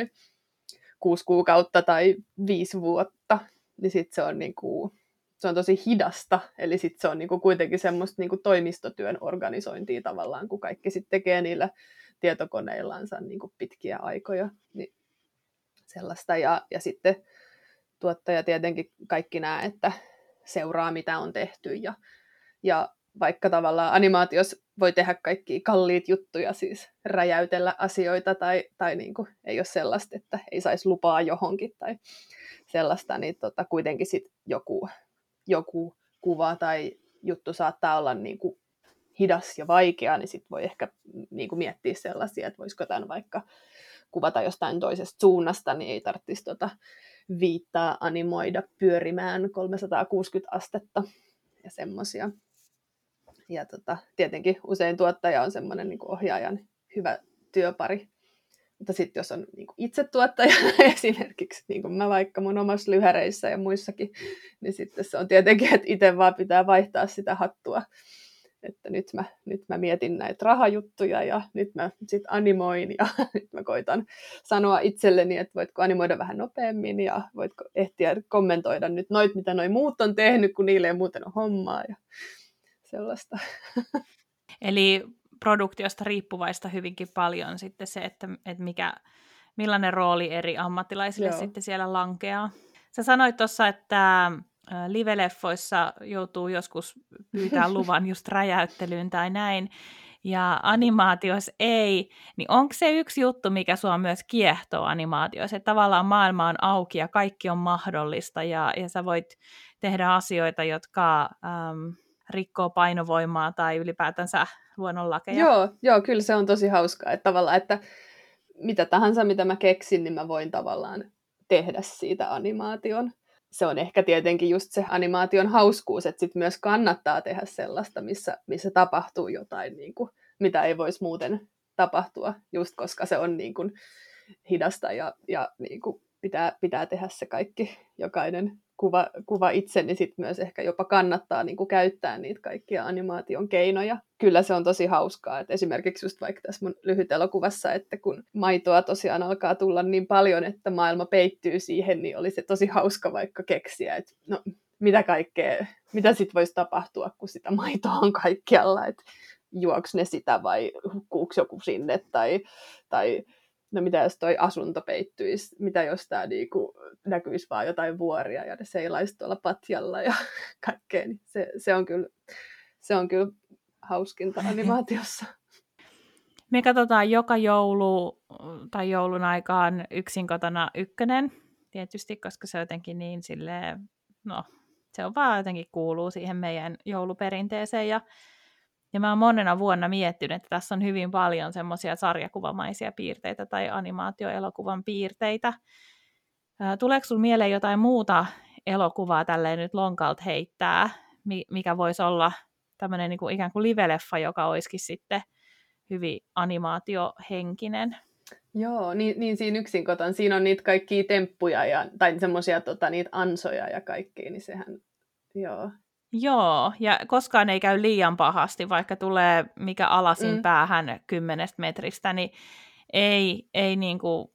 6 kuukautta tai 5 vuotta, niin sitten se on, niinku, se on tosi hidasta, eli sitten se on niinku kuitenkin semmoista niinku toimistotyön organisointia tavallaan, kun kaikki sitten tekee niillä tietokoneillansa niinku pitkiä aikoja, niin sellaista, ja sitten tuottaja tietenkin kaikki nämä, että seuraa mitä on tehty ja vaikka tavallaan animaatiossa voi tehdä kaikkia kalliit juttuja, siis räjäytellä asioita tai niin kuin, ei ole sellaista, että ei saisi lupaa johonkin tai sellaista, niin kuitenkin sit joku kuva tai juttu saattaa olla niin kuin hidas ja vaikea, niin sitten voi ehkä niin kuin miettiä sellaisia, että voisiko tämän vaikka kuvata jostain toisesta suunnasta, niin ei tarvitsisi viittaa animoida pyörimään 360 astetta ja semmoisia. Ja tietenkin usein tuottaja on semmoinen niin kuin ohjaajan hyvä työpari. Mutta sitten jos on niin kuin itse tuottaja esimerkiksi, niin kuin mä vaikka mun omassa lyhäreissä ja muissakin, niin sitten se on tietenkin, että itse vaan pitää vaihtaa sitä hattua. Että nyt mä mietin näitä rahajuttuja ja nyt mä sitten animoin ja nyt mä koitan sanoa itselleni, että voitko animoida vähän nopeammin ja voitko ehtiä kommentoida nyt noit, mitä noi muut on tehnyt, kun niille ei muuten ole hommaa ja sellaista. Eli produktiosta riippuvaista hyvinkin paljon sitten se, että millainen rooli eri ammattilaisille sitten siellä lankeaa. Sä sanoit tuossa, että live-leffoissa joutuu joskus pyytää luvan just räjäyttelyyn tai näin, ja animaatioissa ei, niin onko se yksi juttu, mikä sua myös kiehtoo animaatioissa, että tavallaan maailma on auki ja kaikki on mahdollista, ja sä voit tehdä asioita, jotka rikkoo painovoimaa tai ylipäätänsä luonnonlakeja? Joo, kyllä se on tosi hauskaa, että tavallaan, että mitä tahansa, mitä mä keksin, niin mä voin tavallaan tehdä siitä animaation. Se on ehkä tietenkin just se animaation hauskuus, että sit myös kannattaa tehdä sellaista, missä tapahtuu jotain, niin kuin, mitä ei voisi muuten tapahtua, just koska se on niin kuin hidasta ja niin kuin pitää tehdä se kaikki, jokainen kuva itse, niin sitten myös ehkä jopa kannattaa niin kuin käyttää niitä kaikkia animaation keinoja. Kyllä se on tosi hauskaa, että esimerkiksi just vaikka tässä mun lyhyt elokuvassa, että kun maitoa tosiaan alkaa tulla niin paljon, että maailma peittyy siihen, niin oli se tosi hauska vaikka keksiä, että no mitä kaikkea, mitä sitten voisi tapahtua, kun sitä maitoa on kaikkialla, että juoks ne sitä vai hukkuuks joku sinne tai no mitä jos toi asunto peittyisi, mitä jos tää niinku näkyisi vaan jotain vuoria ja ne seilaisi tuolla patjalla ja kaikkea, niin se on kyllä hauskinta animaatiossa. Me katsotaan joka joulu tai joulun aikaan Yksin kotona 1, tietysti, koska se on jotenkin niin silleen, no se on vaan jotenkin kuuluu siihen meidän jouluperinteeseen ja mä oon monena vuonna miettinyt, että tässä on hyvin paljon semmoisia sarjakuvamaisia piirteitä tai animaatioelokuvan piirteitä. Tuleeko sinulle mieleen jotain muuta elokuvaa tälleen nyt lonkalta heittää, mikä voisi olla tämmöinen niin kuin ikään kuin live-leffa, joka olisikin sitten hyvin animaatiohenkinen? Joo, niin siinä Yksin kotona, siinä on niitä kaikkia temppuja tai semmoisia niitä ansoja ja kaikkia, niin sehän, joo. Joo, ja koskaan ei käy liian pahasti, vaikka tulee mikä alasin päähän 10 metristä, niin ei niinku,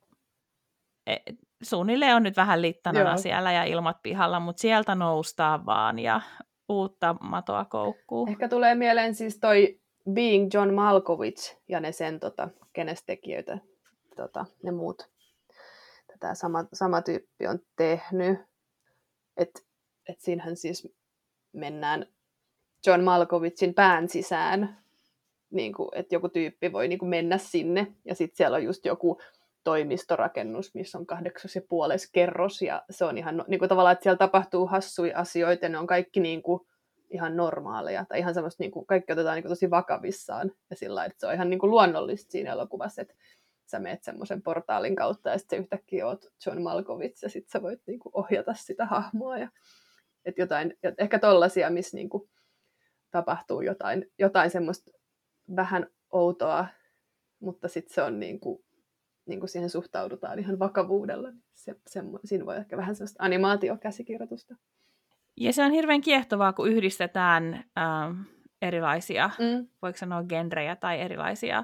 suunnilleen on nyt vähän littanana siellä ja ilmat pihalla, mutta sieltä noustaan vaan ja uutta matoa koukkuu. Ehkä tulee mieleen siis toi Being John Malkovich ja ne sen kenestä tekijöitä, ne muut. Tätä sama tyyppi on tehnyt. Et siinähän siis mennään John Malkovichin pään sisään, niin että joku tyyppi voi niin kuin mennä sinne, ja sitten siellä on just joku toimistorakennus, missä on 8,5 kerros, ja se on ihan niin kuin tavallaan, että siellä tapahtuu hassuja asioita, ne on kaikki niin kuin ihan normaaleja, tai ihan semmoista, niin kuin, kaikki otetaan niin kuin tosi vakavissaan, ja sillä lailla, että se on ihan niin kuin luonnollista siinä elokuvassa, että sä meet semmoisen portaalin kautta, ja sitten yhtäkkiä oot John Malkovich, ja sitten sä voit niin kuin ohjata sitä hahmoa, ja että jotain, ehkä tollaisia, missä niin kuin tapahtuu jotain semmoista vähän outoa, mutta sitten se on niin kuin siihen suhtaudutaan ihan vakavuudella. Siinä voi ehkä vähän sellaista animaatiokäsikirjoitusta. Ja se on hirveän kiehtovaa, kun yhdistetään erilaisia, voiko sanoa genrejä tai erilaisia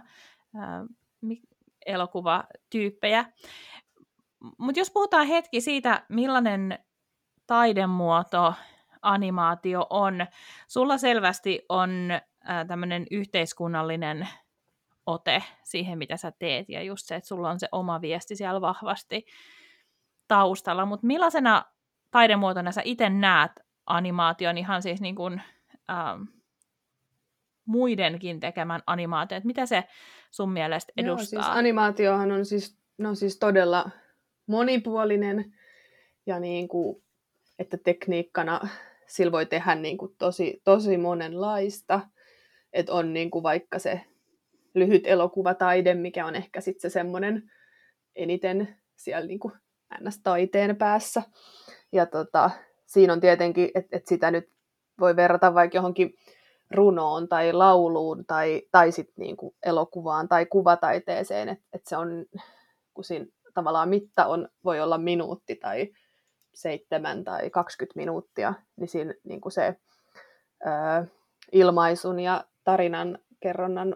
elokuvatyyppejä. Mutta jos puhutaan hetki siitä, millainen taidemuoto animaatio on. Sulla selvästi on tämmöinen yhteiskunnallinen ote siihen, mitä sä teet, ja just se, että sulla on se oma viesti siellä vahvasti taustalla. Mutta millaisena taidemuotona sä itse näet animaation, ihan siis niin kuin, muidenkin tekemän animaation, että mitä se sun mielestä edustaa? Joo, siis animaatiohan on siis todella monipuolinen, ja niin kuin, että tekniikkana sillä voi tehdä niin kuin tosi monenlaista. Että on niin kuin vaikka se lyhyt elokuvataide, mikä on ehkä sitten se semmoinen eniten siellä niin kuin NS-taiteen päässä. Ja siinä on tietenkin, että sitä nyt voi verrata vaikka johonkin runoon tai lauluun tai sitten niinku elokuvaan tai kuvataiteeseen, että se on, kun siinä tavallaan mitta voi olla minuutti tai 7 tai 20 minuuttia, niin siinä niinku se ilmaisun ja tarinan kerronnan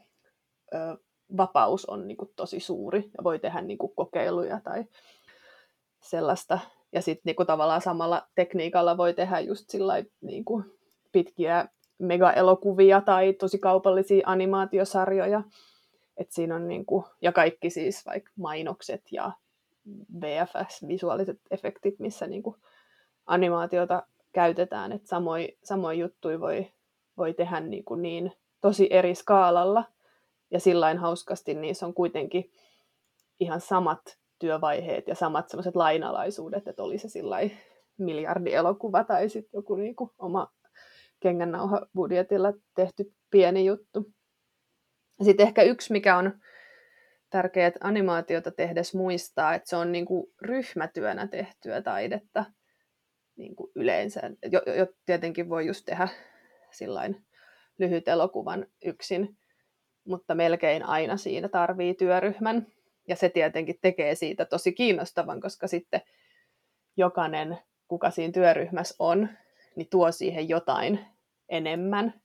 vapaus on niinku tosi suuri ja voi tehdä niinku kokeiluja tai sellaista. Ja sitten niinku tavallaan samalla tekniikalla voi tehdä just sillai, niinku pitkiä mega-elokuvia tai tosi kaupallisia animaatiosarjoja. Et siinä on niinku, ja kaikki siis vaikka mainokset ja VFX, visuaaliset efektit, missä niinku animaatiota käytetään. Et samoin juttuja voi tehdä niinku niin tosi eri skaalalla. Ja sillain hauskasti niissä on kuitenkin ihan samat työvaiheet ja samat sellaiset lainalaisuudet, että oli se sillai miljardielokuva tai sitten joku niinku oma kengännauhabudjetilla tehty pieni juttu. Sitten ehkä yksi, mikä on tärkeää animaatiota tehdessä muistaa, että se on niinku ryhmätyönä tehtyä taidetta niinku yleensä. Jo tietenkin voi just tehdä sillain lyhyt elokuvan yksin, mutta melkein aina siinä tarvii työryhmän. Ja se tietenkin tekee siitä tosi kiinnostavan, koska sitten jokainen, kuka siinä työryhmässä on, niin tuo siihen jotain enemmän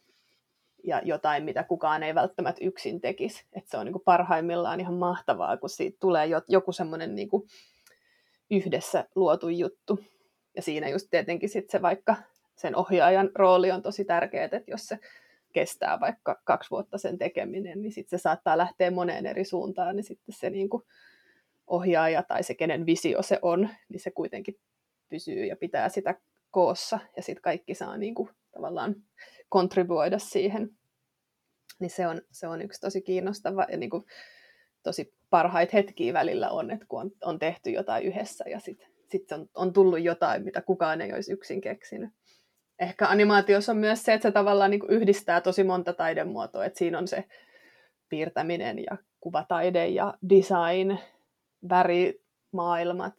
ja jotain, mitä kukaan ei välttämättä yksin tekisi. Että se on niinku parhaimmillaan ihan mahtavaa, kun siitä tulee joku semmoinen niinku yhdessä luotu juttu. Ja siinä just tietenkin sit se vaikka sen ohjaajan rooli on tosi tärkeä, että jos se kestää vaikka 2 vuotta sen tekeminen, niin sitten se saattaa lähteä moneen eri suuntaan, niin sitten se niinku ohjaaja tai se, kenen visio se on, niin se kuitenkin pysyy ja pitää sitä koossa, ja sitten kaikki saa niinku tavallaan kontribuoida siihen. Niin se on yksi tosi kiinnostava, ja niinku tosi parhaita hetkiä välillä on, että kun on tehty jotain yhdessä, ja sitten on tullut jotain, mitä kukaan ei olisi yksin keksinyt. Ehkä animaatiossa on myös se, että se tavallaan niinku yhdistää tosi monta taidemuotoa, että siinä on se piirtäminen ja kuvataide ja design, värimaailmat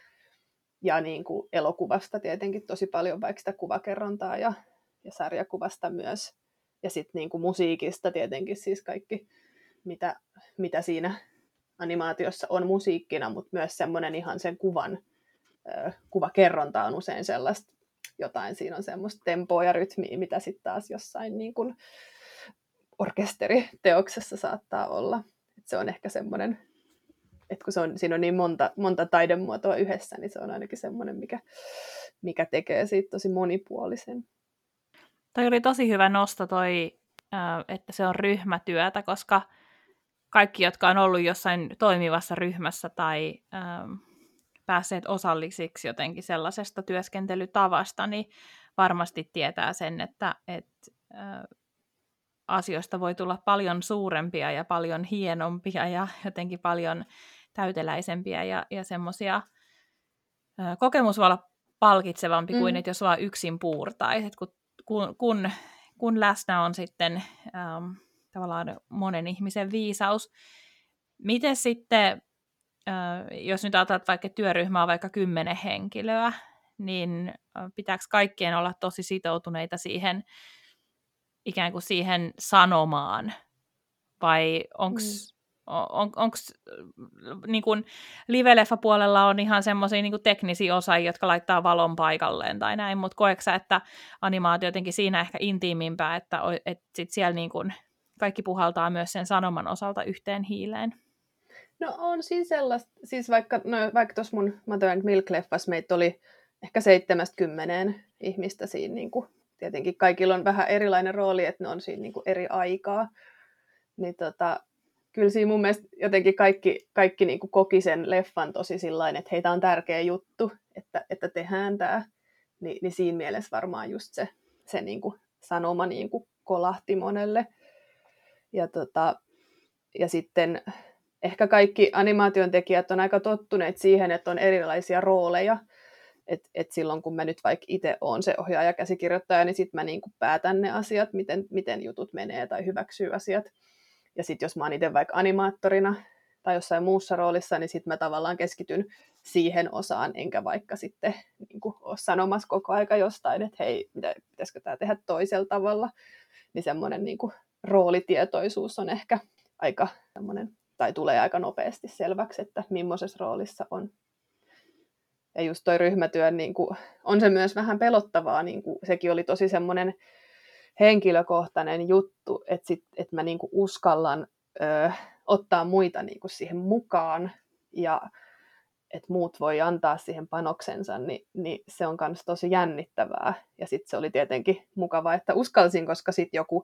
ja niin kuin elokuvasta tietenkin tosi paljon vaikka sitä kuvakerrontaa ja sarjakuvasta myös. Ja sitten niin kuin musiikista tietenkin siis kaikki, mitä siinä animaatiossa on musiikkina, mutta myös semmoinen ihan sen kuvakerronta on usein sellaista jotain. Siinä on semmoista tempoa ja rytmiä, mitä sitten taas jossain niin kuin orkesteriteoksessa saattaa olla. Et se on ehkä semmoinen, että kun siinä on niin monta taidemuotoa yhdessä, niin se on ainakin semmoinen, mikä tekee siitä tosi monipuolisen. Toi oli tosi hyvä nosto että se on ryhmätyötä, koska kaikki, jotka on ollut jossain toimivassa ryhmässä tai päässeet osallisiksi jotenkin sellaisesta työskentelytavasta, niin varmasti tietää sen, että asioista voi tulla paljon suurempia ja paljon hienompia ja jotenkin paljon täyteläisempiä ja semmoisia. Kokemus voi olla palkitsevampi kuin, että jos vaan yksin puurtaisi. Kun kun läsnä on sitten tavallaan monen ihmisen viisaus. Miten sitten, jos nyt ajatellaan, että vaikka työryhmä on vaikka 10 henkilöä, niin pitääkö kaikkien olla tosi sitoutuneita siihen ikään kuin siihen sanomaan? Vai onko niin kuin live-leffa-puolella on ihan semmoisia niin kuin teknisiä osaajia, jotka laittaa valon paikalleen tai näin, mutta koetko sä, että animaatio jotenkin siinä ehkä intiimimpää, että sit siellä niin kuin kaikki puhaltaa myös sen sanoman osalta yhteen hiileen? No on siinä sellaista, siis vaikka tuossa mun Mother and Milk-leffassa meitä oli ehkä 7-10 ihmistä siinä, niin kuin, tietenkin kaikilla on vähän erilainen rooli, että ne on siinä niin kuin eri aikaa, niin kyllä siinä mun mielestä jotenkin kaikki niin kuin koki sen leffan tosi sillain, että heitä on tärkeä juttu, että tehdään tämä, niin siinä mielessä varmaan just se niin kuin sanoma niin kuin kolahti monelle. Ja sitten ehkä kaikki animaation tekijät on aika tottuneet siihen, että on erilaisia rooleja. Et silloin kun mä nyt vaikka itse olen se ohjaaja, käsikirjoittaja, niin sitten mä niinku päätän ne asiat, miten jutut menee tai hyväksyy asiat. Ja sitten jos mä oon itse vaikka animaattorina tai jossain muussa roolissa, niin sitten mä tavallaan keskityn siihen osaan, enkä vaikka sitten niinku ole sanomassa koko aika jostain, että hei, pitäisikö tämä tehdä toisella tavalla. Niin semmoinen niinku roolitietoisuus on ehkä aika semmoinen, tai tulee aika nopeasti selväksi, että millaisessa roolissa on. Ja just toi ryhmätyö, niin on se myös vähän pelottavaa, niin sekin oli tosi semmoinen henkilökohtainen juttu, että mä niin uskallan ottaa muita niin siihen mukaan, ja että muut voi antaa siihen panoksensa, niin se on myös tosi jännittävää. Ja sitten se oli tietenkin mukavaa, että uskalsin, koska sitten joku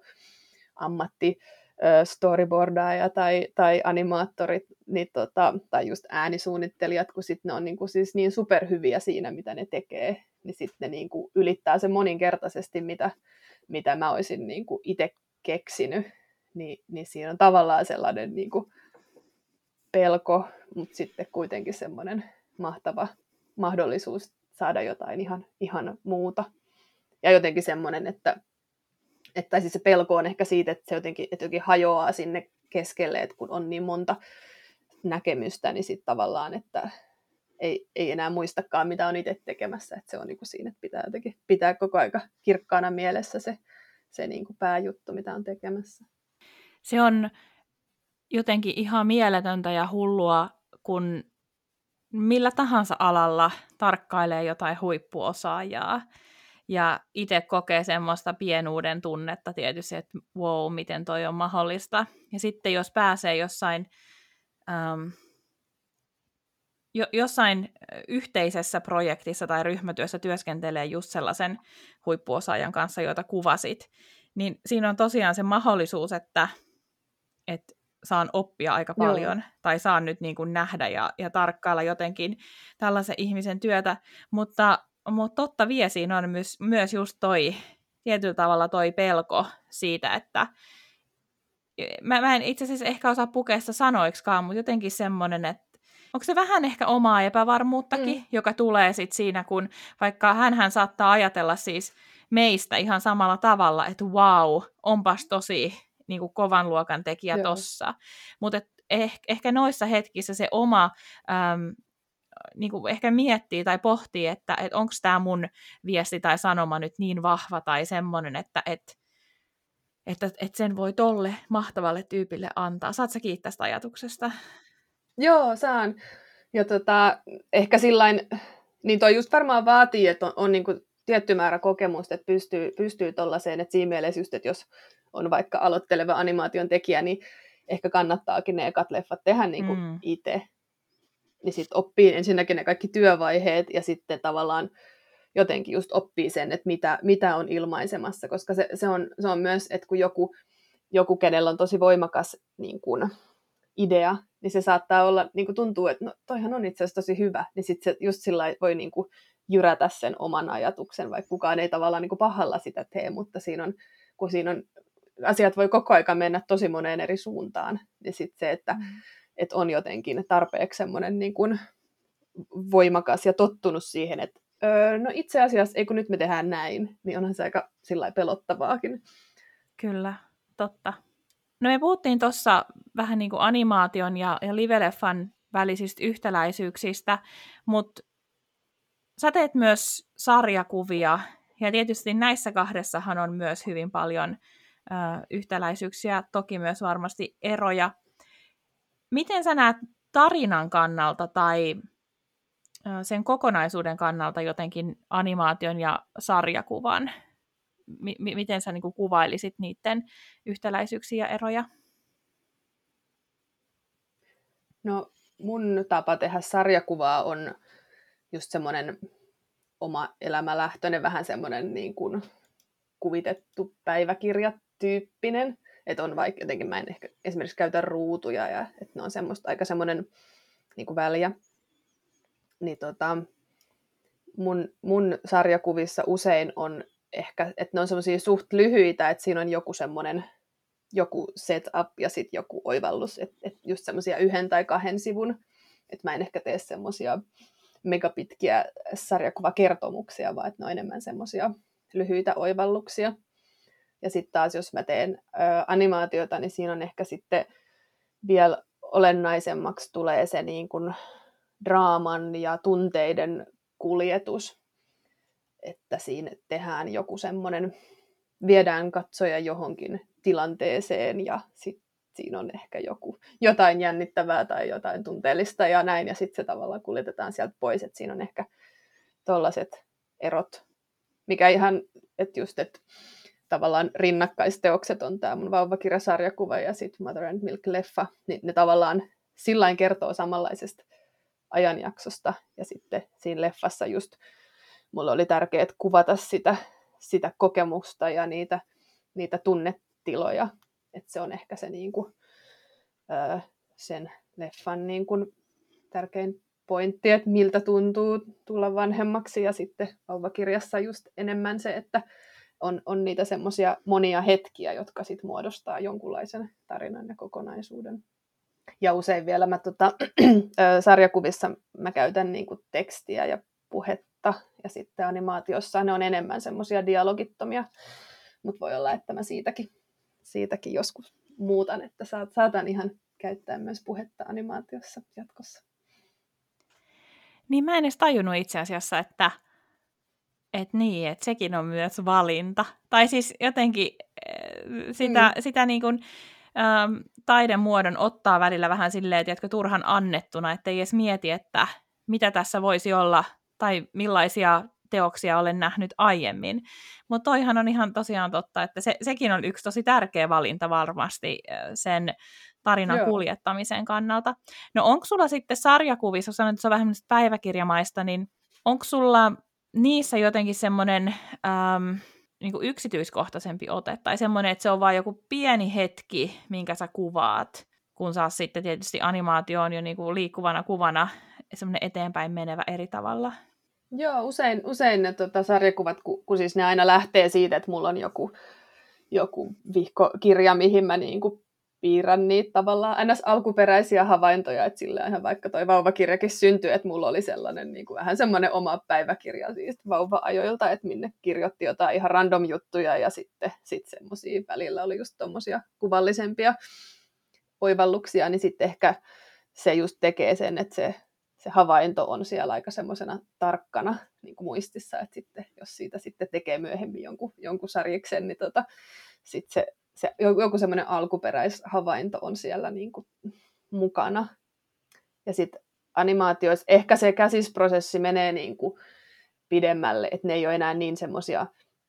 storyboardaaja tai animaattorit tai just äänisuunnittelijat, kun sit ne on niinku siis niin superhyviä siinä, mitä ne tekee, niin sitten ne niinku ylittää sen moninkertaisesti, mitä mä olisin niinku itse keksinyt. Niin siinä on tavallaan sellainen niinku pelko, mutta sitten kuitenkin semmoinen mahtava mahdollisuus saada jotain ihan muuta. Ja jotenkin semmoinen, että siis se pelko on ehkä siitä, että se jotenkin hajoaa sinne keskelle, että kun on niin monta näkemystä, niin sitten tavallaan, että ei enää muistakaan, mitä on itse tekemässä. Että se on niin kuin siinä, että pitää jotenkin pitää koko aika kirkkaana mielessä se niin kuin pääjuttu, mitä on tekemässä. Se on jotenkin ihan mieletöntä ja hullua, kun millä tahansa alalla tarkkailee jotain huippuosaajaa. Ja itse kokee semmoista pienuuden tunnetta tietysti, että wow, miten toi on mahdollista. Ja sitten jos pääsee jossain yhteisessä projektissa tai ryhmätyössä työskentelee just sellaisen huippuosaajan kanssa, joita kuvasit, niin siinä on tosiaan se mahdollisuus, että saan oppia aika paljon, tai saan nyt niin kuin nähdä ja tarkkailla jotenkin tällaisen ihmisen työtä, mutta totta vie siinä on myös just tietyllä tavalla toi pelko siitä, että mä en itse asiassa ehkä osaa pukea sitä sanoiksikaan, mutta jotenkin semmoinen, että onko se vähän ehkä omaa epävarmuuttakin, joka tulee sitten siinä, kun vaikka hänhän saattaa ajatella siis meistä ihan samalla tavalla, että wow, onpas tosi niin kuin kovan luokan tekijä tossa. Mutta ehkä noissa hetkissä se oma niin kuin ehkä miettii tai pohtii, että onko tämä mun viesti tai sanoma nyt niin vahva tai semmoinen, että sen voi tolle mahtavalle tyypille antaa. Saat sä kiittää tästä ajatuksesta? Joo, saan. Ja ehkä sillain, niin toi just varmaan vaatii, että on niin kuin tietty määrä kokemusta, että pystyy tollaiseen, että siinä mielessä just, että jos on vaikka aloitteleva animaation tekijä, niin ehkä kannattaakin ne ekat leffat tehdä niin kuin itse. Niin sitten oppii ensinnäkin ne kaikki työvaiheet ja sitten tavallaan jotenkin just oppii sen, että mitä on ilmaisemassa, koska se on myös, että kun joku kenellä on tosi voimakas niin kuin idea, niin se saattaa olla, niin kuin tuntuu, että no toihan on itse asiassa tosi hyvä, niin sitten se just sillä voi niin kuin jyrätä sen oman ajatuksen, vaikka kukaan ei tavallaan niin kuin pahalla sitä tee, mutta kun siinä on, asiat voi koko ajan mennä tosi moneen eri suuntaan, niin sitten se, että on jotenkin tarpeeksi semmoinen niin kuin voimakas ja tottunut siihen, että No itse asiassa, ei kun nyt me tehdään näin, niin onhan se aika sillä pelottavaakin. Kyllä, totta. No me puhuttiin tuossa vähän niin kuin animaation ja live-leffan välisistä yhtäläisyyksistä, mutta sä teet myös sarjakuvia, ja tietysti näissä kahdessahan on myös hyvin paljon yhtäläisyyksiä, toki myös varmasti eroja. Miten sä näet tarinan kannalta tai sen kokonaisuuden kannalta jotenkin animaation ja sarjakuvan? Miten sä niin kuin kuvailisit niiden yhtäläisyyksiä ja eroja? No mun tapa tehdä sarjakuvaa on just semmoinen oma elämälähtöinen, vähän semmoinen niin kuin kuvitettu päiväkirjatyyppinen. Että on vaikka jotenkin, mä en ehkä esimerkiksi käytä ruutuja, ja että ne on semmoista aika semmoinen niin kuin väljä. Niin mun sarjakuvissa usein on ehkä, että ne on semmoisia suht lyhyitä, että siinä on joku setup ja sitten joku oivallus, että just semmoisia 1 tai 2 sivun, että mä en ehkä tee semmoisia megapitkiä sarjakuvakertomuksia, vaan että ne on enemmän semmoisia lyhyitä oivalluksia. Ja sitten taas, jos mä teen animaatiota, niin siinä on ehkä sitten vielä olennaisemmaksi tulee se niin kuin draaman ja tunteiden kuljetus, että siinä tehdään joku semmoinen, viedään katsoja johonkin tilanteeseen ja sitten siinä on ehkä jotain jännittävää tai jotain tunteellista ja näin, ja sitten se tavallaan kuljetetaan sieltä pois, että siinä on ehkä tollaiset erot, mikä ihan, että just, että tavallaan rinnakkaisteokset on tämä mun vauvakirjasarjakuva ja sitten Mother and Milk-leffa, niin ne tavallaan sillain kertoo samanlaisesta ajanjaksosta, ja sitten siinä leffassa just mulle oli tärkeää kuvata sitä kokemusta ja niitä tunnetiloja, että se on ehkä se niinku, sen leffan niinku tärkein pointti, että miltä tuntuu tulla vanhemmaksi, ja sitten vauvakirjassa just enemmän se, että on niitä semmoisia monia hetkiä, jotka sit muodostaa jonkunlaisen tarinan ja kokonaisuuden. Ja usein vielä sarjakuvissa mä käytän niinku tekstiä ja puhetta, ja sitten animaatiossa ne on enemmän semmoisia dialogittomia, mutta voi olla, että mä siitäkin joskus muutan, että saatan ihan käyttää myös puhetta animaatiossa jatkossa. Niin mä en edes tajunnut itse asiassa, että sekin on myös valinta. Tai siis jotenkin sitä niin kuin, taidemuodon ottaa välillä vähän silleen, tiedätkö, turhan annettuna, ettei edes mieti, että mitä tässä voisi olla tai millaisia teoksia olen nähnyt aiemmin. Mutta toihan on ihan tosiaan totta, että sekin on yksi tosi tärkeä valinta varmasti sen tarinan kuljettamisen kannalta. No onko sulla sitten sarjakuvissa, sanoit, että se on vähän päiväkirjamaista, niin onko sulla niissä jotenkin semmoinen niin kuin yksityiskohtaisempi ote, tai semmoinen, että se on vain joku pieni hetki, minkä sä kuvaat, kun saa sitten tietysti animaatio on jo niin kuin liikkuvana kuvana semmoinen eteenpäin menevä eri tavalla? Joo, usein ne sarjakuvat, kun siis ne aina lähtee siitä, että mulla on joku vihkokirja, mihin mä niinku piirrän niitä tavallaan aina alkuperäisiä havaintoja, että sillä ihan vaikka toi vauvakirjakin syntyi, että mulla oli sellainen niinku vähän semmoinen oma päiväkirja siis vauva-ajoilta, että minne kirjoitti jotain ihan random juttuja, ja sitten semmoisia välillä oli just tommosia kuvallisempia oivalluksia, niin sitten ehkä se just tekee sen, että se havainto on siellä aika semmoisena tarkkana niin kuin muistissa, että sitten, jos siitä sitten tekee myöhemmin jonkun sarjiksen, niin sitten joku semmoinen alkuperäishavainto on siellä niin kuin mukana. Ja sitten animaatioissa ehkä se käsisprosessi menee niin kuin pidemmälle, että ne ei ole enää niin semmoisia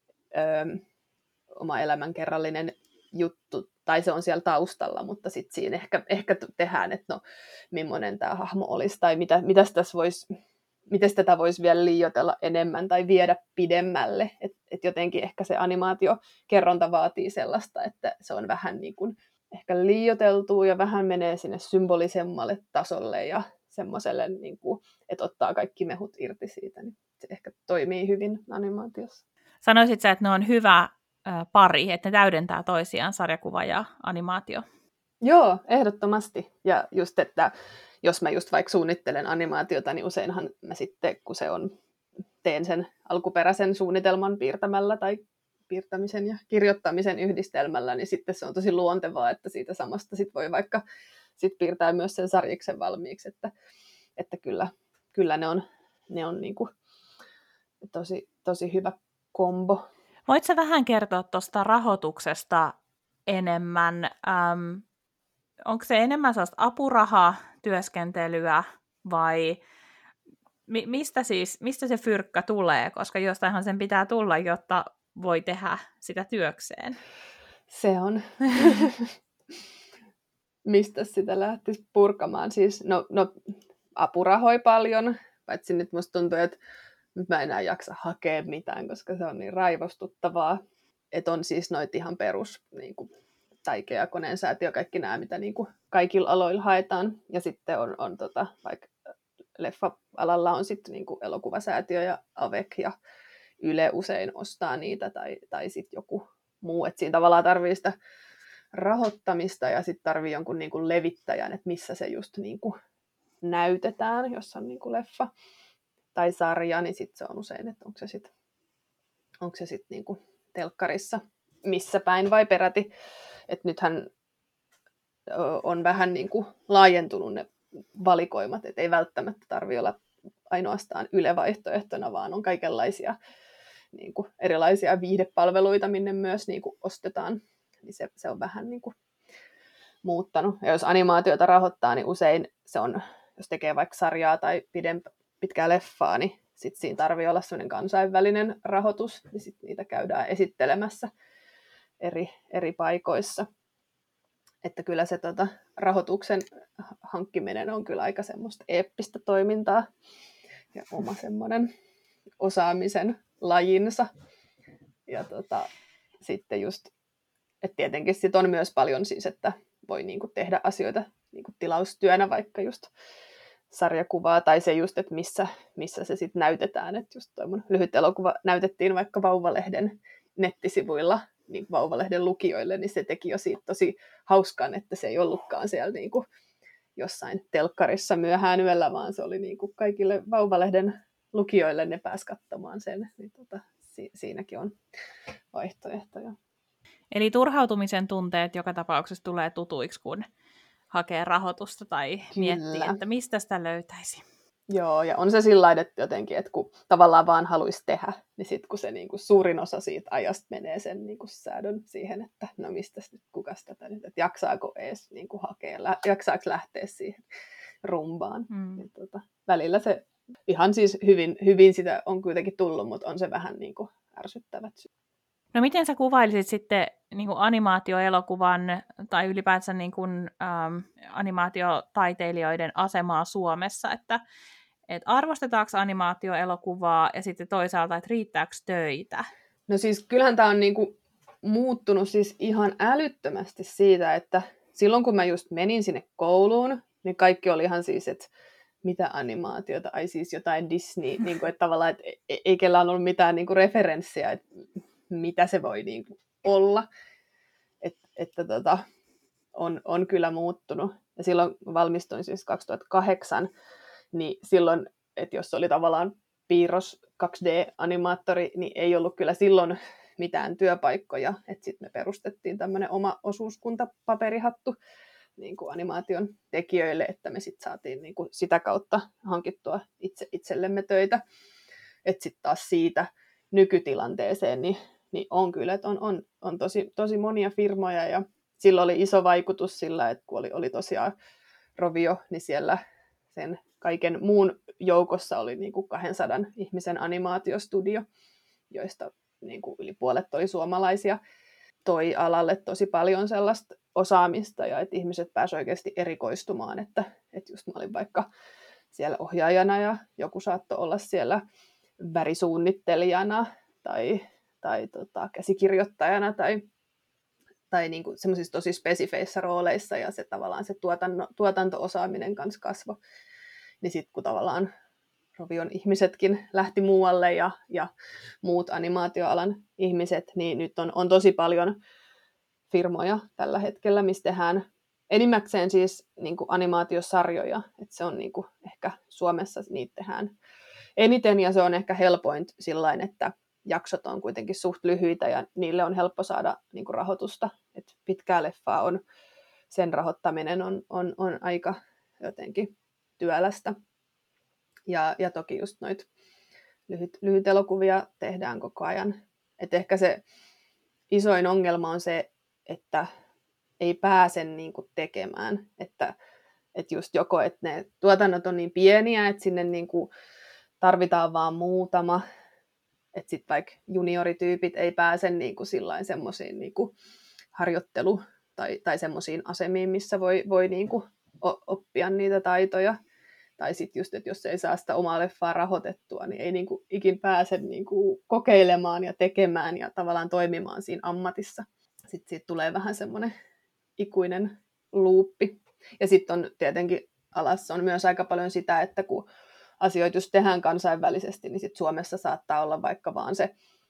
oma elämänkerrallinen juttu, tai se on siellä taustalla, mutta sitten siinä ehkä tehdään, että no, millainen tämä hahmo olisi, tai miten tätä voisi vielä liioitella enemmän tai viedä pidemmälle. Et jotenkin ehkä se animaatiokerronta vaatii sellaista, että se on vähän niin kuin ehkä liioiteltua ja vähän menee sinne symbolisemmalle tasolle ja semmoiselle, niin kuin, että ottaa kaikki mehut irti siitä, niin se ehkä toimii hyvin animaatiossa. Sanoisit sä, että ne on hyvä pari, että ne täydentää toisiaan, sarjakuva ja animaatio? Joo, ehdottomasti. Ja just, että jos mä just vaikka suunnittelen animaatiota, niin useinhan mä sitten, kun se on teen sen alkuperäisen suunnitelman piirtämällä tai piirtämisen ja kirjoittamisen yhdistelmällä, niin sitten se on tosi luontevaa, että siitä samasta sit voi vaikka sit piirtää myös sen sarjiksen valmiiksi, että kyllä ne on niinku tosi hyvä kombo. Voitko vähän kertoa tuosta rahoituksesta enemmän? Onko se enemmän sellaista apurahatyöskentelyä vai mistä se fyrkkä tulee? Koska jostainhan sen pitää tulla, jotta voi tehdä sitä työkseen. Se on. Mistä sitä lähtisi purkamaan? Siis, no apurahoi paljon, paitsi nyt musta tuntuu, että nyt mä enää jaksa hakea mitään, koska se on niin raivostuttavaa. Että on siis noit ihan perus niin kuin Taikea, Koneen säätiö, kaikki nämä, mitä niin kuin kaikilla aloilla haetaan. Ja sitten on vaikka leffa-alalla on sitten niin kuin elokuvasäätiö ja AVEC ja Yle usein ostaa niitä tai sitten joku muu. Että siinä tavallaan tarvii sitä rahoittamista ja sitten tarvii jonkun niin kuin levittäjän, että missä se just niin kuin näytetään, jos on niin kuin leffa tai sarja, niin sitten se on usein, että onko se sitten niin kuin telkkarissa missä päin vai peräti. Että nythän on vähän niin kuin laajentunut ne valikoimat, että ei välttämättä tarvitse olla ainoastaan Yle-vaihtoehtona, vaan on kaikenlaisia niin kuin erilaisia viihdepalveluita, minne myös niin kuin ostetaan. Niin se on vähän niin kuin muuttanut. Ja jos animaatiota rahoittaa, niin usein se on, jos tekee vaikka sarjaa tai pitkää leffaa, niin sitten siinä tarvii olla sellainen kansainvälinen rahoitus, niin sitten niitä käydään esittelemässä eri paikoissa. Että kyllä se rahoituksen hankkiminen on kyllä aika semmoista eeppistä toimintaa ja oma semmoinen osaamisen lajinsa. Ja sitten just, että tietenkin sit on myös paljon siis, että voi niinku tehdä asioita niinku tilaustyönä, vaikka just sarjakuvaa tai se just, että missä se sitten näytetään. Että just toi mun lyhyt elokuva näytettiin vaikka Vauvalehden nettisivuilla niin Vauvalehden lukijoille, niin se teki jo siitä tosi hauskan, että se ei ollutkaan siellä niin kuin jossain telkkarissa myöhään yöllä, vaan se oli niin kuin kaikille Vauvalehden lukijoille, ne pääsi katsomaan sen. Niin siinäkin on vaihtoehtoja. Eli turhautumisen tunteet joka tapauksessa tulee tutuiksi, kun hakee rahoitusta tai miettii, että mistä sitä löytäisi. Joo, ja on se sillä lailla, että jotenkin, että kun tavallaan vaan haluaisi tehdä, niin sitten kun se niin kuin suurin osa siitä ajasta menee sen niin kuin säädön siihen, että no mistäs nyt, kukas tätä nyt, että jaksaako edes niin kuin hakea, jaksaako lähteä siihen rumbaan. Niin, välillä se ihan siis hyvin sitä on kuitenkin tullut, mutta on se vähän niin kuin ärsyttävät. No miten sä kuvailisit sitten niin kuin animaatioelokuvan tai ylipäänsä niin kuin, animaatiotaiteilijoiden asemaa Suomessa, että arvostetaanko animaatioelokuvaa ja sitten toisaalta, että riittääkö töitä? No siis kyllähän tämä on niinku muuttunut siis ihan älyttömästi siitä, että silloin kun mä just menin sinne kouluun, niin kaikki oli ihan siis, että mitä animaatiota, ai siis jotain Disney, niinku, että tavallaan, että ei kellään ollut mitään niinku referenssiä, että mitä se voi niinku olla. Että on kyllä muuttunut. Ja silloin valmistuin siis 2008, niin silloin, että jos oli tavallaan piirros 2D-animaattori, niin ei ollut kyllä silloin mitään työpaikkoja. Että sitten me perustettiin tämmöinen oma osuuskunta paperihattu niin kuin animaation tekijöille, että me sitten saatiin niin kuin sitä kautta hankittua itsellemme töitä. Että sitten taas siitä nykytilanteeseen, niin on kyllä, että on tosi monia firmoja ja sillä oli iso vaikutus sillä, että kun oli tosiaan Rovio, niin siellä sen kaiken muun joukossa oli niin kuin 200 ihmisen animaatiostudio, joista niin kuin yli puolet oli suomalaisia. Toi alalle tosi paljon sellaista osaamista ja että ihmiset pääsivät oikeasti erikoistumaan, että just mä olin vaikka siellä ohjaajana ja joku saattoi olla siellä värisuunnittelijana tai käsikirjoittajana tai niin kuin semmoisissa tosi spesifeissä rooleissa ja se tavallaan se tuotanto-osaaminen kanssa kasvoi. Niin sitten kun tavallaan Rovion ihmisetkin lähti muualle ja muut animaatioalan ihmiset, niin nyt on tosi paljon firmoja tällä hetkellä, missä tehdään enimmäkseen siis niin kuin animaatiosarjoja. Et se on niin kuin ehkä Suomessa niitä tehdään eniten, ja se on ehkä helpoin sillain, että jaksot on kuitenkin suht lyhyitä ja niille on helppo saada niin kuin rahoitusta. Et pitkää leffaa sen rahoittaminen on aika jotenkin työlästä. Ja toki just noita lyhyt elokuvia tehdään koko ajan. Et ehkä se isoin ongelma on se, että ei pääse niin kuin tekemään. Että just joko, että ne tuotannot on niin pieniä, että sinne niin kuin tarvitaan vaan muutama. Että sitten vaikka juniorityypit ei pääse niin kuin semmoisiin niin kuin harjoittelu- tai semmoisiin asemiin, missä voi niin kuin oppia niitä taitoja. Tai sitten just, että jos ei saa sitä omaa leffaa rahoitettua, niin ei niin kuin ikin pääse niin kuin kokeilemaan ja tekemään ja tavallaan toimimaan siinä ammatissa. Sitten siitä tulee vähän semmoinen ikuinen luuppi. Ja sitten on tietenkin alassa on myös aika paljon sitä, että kun asioita just tehdään kansainvälisesti, niin sitten Suomessa saattaa olla vaikka vaan se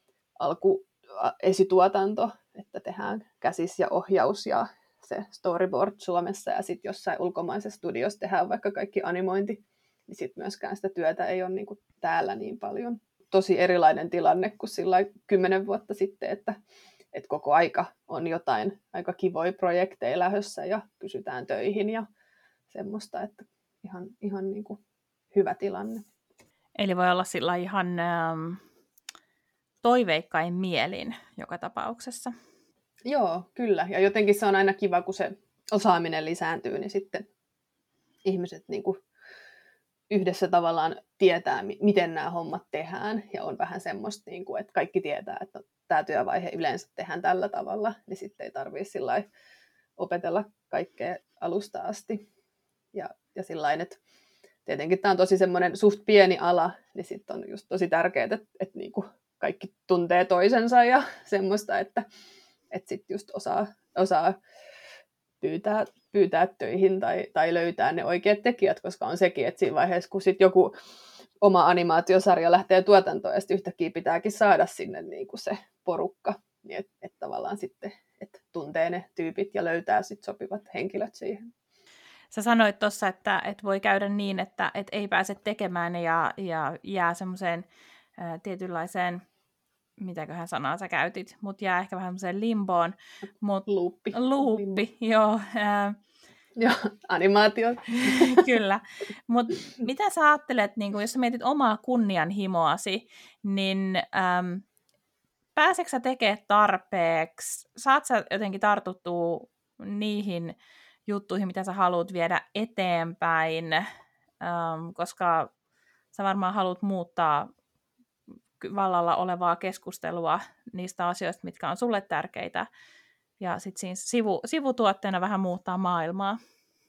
esituotanto, että tehdään käsis ja ohjaus ja se storyboard Suomessa, ja sitten jossain ulkomaisessa studiossa tehdään vaikka kaikki animointi, niin sitten myöskään sitä työtä ei ole niin kuin täällä niin paljon. Tosi erilainen tilanne kuin sillä 10 vuotta sitten, että koko aika on jotain aika kivoja projekteja lähdössä ja kysytään töihin ja semmoista, että ihan niin kuin hyvä tilanne. Eli voi olla sillä ihan toiveikkain mielin joka tapauksessa. Joo, kyllä. Ja jotenkin se on aina kiva, kun se osaaminen lisääntyy, niin sitten ihmiset niin kuin yhdessä tavallaan tietää, miten nämä hommat tehdään. Ja on vähän semmoista, niin kuin, että kaikki tietää, että tämä työvaihe yleensä tehdään tällä tavalla, niin sitten ei tarvitse sillai opetella kaikkea alusta asti. Ja sillain, että tietenkin tämä on tosi semmoinen suht pieni ala, niin sitten on just tosi tärkeää, että niin kuin kaikki tuntee toisensa ja semmoista, että sitten just osaa pyytää töihin tai löytää ne oikeat tekijät, koska on sekin, että siinä vaiheessa, kun sitten joku oma animaatiosarja lähtee tuotantoon ja sitten yhtäkkiä pitääkin saada sinne niin kuin se porukka, niin että tavallaan sitten että tuntee ne tyypit ja löytää sitten sopivat henkilöt siihen. Sä sanoit tuossa, että voi käydä niin, että ei pääse tekemään ja jää semmoiseen tietynlaiseen, mitäköhän sanaa sä käytit, mutta jää ehkä vähän semmoiseen limboon. Luuppi, joo. Joo, animaatio. Kyllä. Mutta mitä sä ajattelet, niin kun jos sä mietit omaa kunnianhimoasi, niin pääseekö sä tekemään tarpeeksi? Saat sä jotenkin tartuttua niihin juttuihin, mitä sä haluat viedä eteenpäin, koska sä varmaan haluat muuttaa vallalla olevaa keskustelua niistä asioista, mitkä on sulle tärkeitä, ja sitten siinä sivutuotteena vähän muuttaa maailmaa.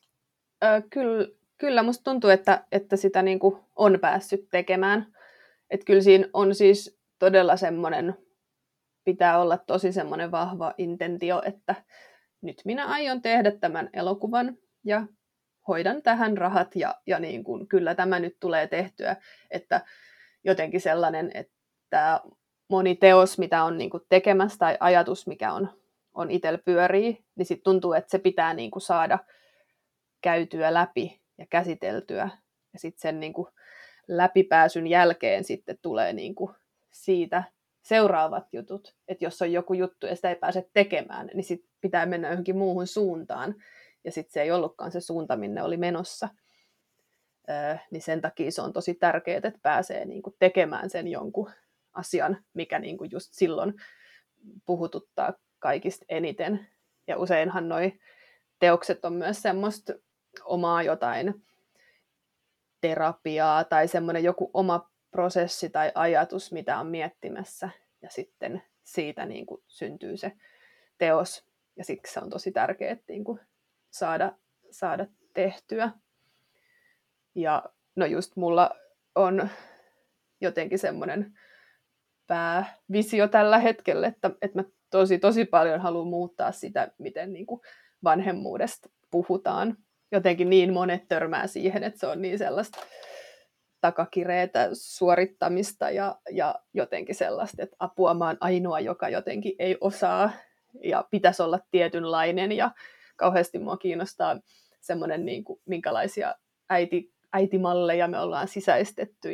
Kyllä musta tuntuu, että sitä niin kuin on päässyt tekemään. Että kyllä siinä on siis todella semmoinen, pitää olla tosi semmoinen vahva intentio, että nyt minä aion tehdä tämän elokuvan ja hoidan tähän rahat ja niin kuin, kyllä tämä nyt tulee tehtyä. Että jotenkin sellainen, että moni teos, mitä on niin kuin tekemässä tai ajatus, mikä on itsellä pyörii, niin sitten tuntuu, että se pitää niin kuin saada käytyä läpi ja käsiteltyä. Ja sitten sen niin kuin läpipääsyn jälkeen sitten tulee niin kuin siitä seuraavat jutut. Että jos on joku juttu ja sitä ei pääse tekemään, niin sitten pitää mennä johonkin muuhun suuntaan. Ja sitten se ei ollutkaan se suunta, minne oli menossa. Niin sen takia se on tosi tärkeää, että pääsee niin kuin tekemään sen jonkun asian, mikä niin kuin just silloin puhututtaa kaikista eniten. Ja useinhan noi teokset on myös semmoista omaa jotain terapiaa tai semmoinen joku oma prosessi tai ajatus, mitä on miettimässä. Ja sitten siitä niin kuin syntyy se teos. Ja siksi se on tosi tärkeää niin kuin saada tehtyä. Ja no just mulla on jotenkin semmoinen päävisio tällä hetkellä, että mä tosi paljon haluan muuttaa sitä, miten niin kuin vanhemmuudesta puhutaan. Jotenkin niin monet törmää siihen, että se on niin sellaista takakireetä suorittamista ja jotenkin sellaista, että apua mä oon ainoa, joka jotenkin ei osaa ja pitäisi olla tietynlainen ja kauheasti mua kiinnostaa semmoinen, niin kuin, minkälaisia äitimalleja me ollaan sisäistetty ja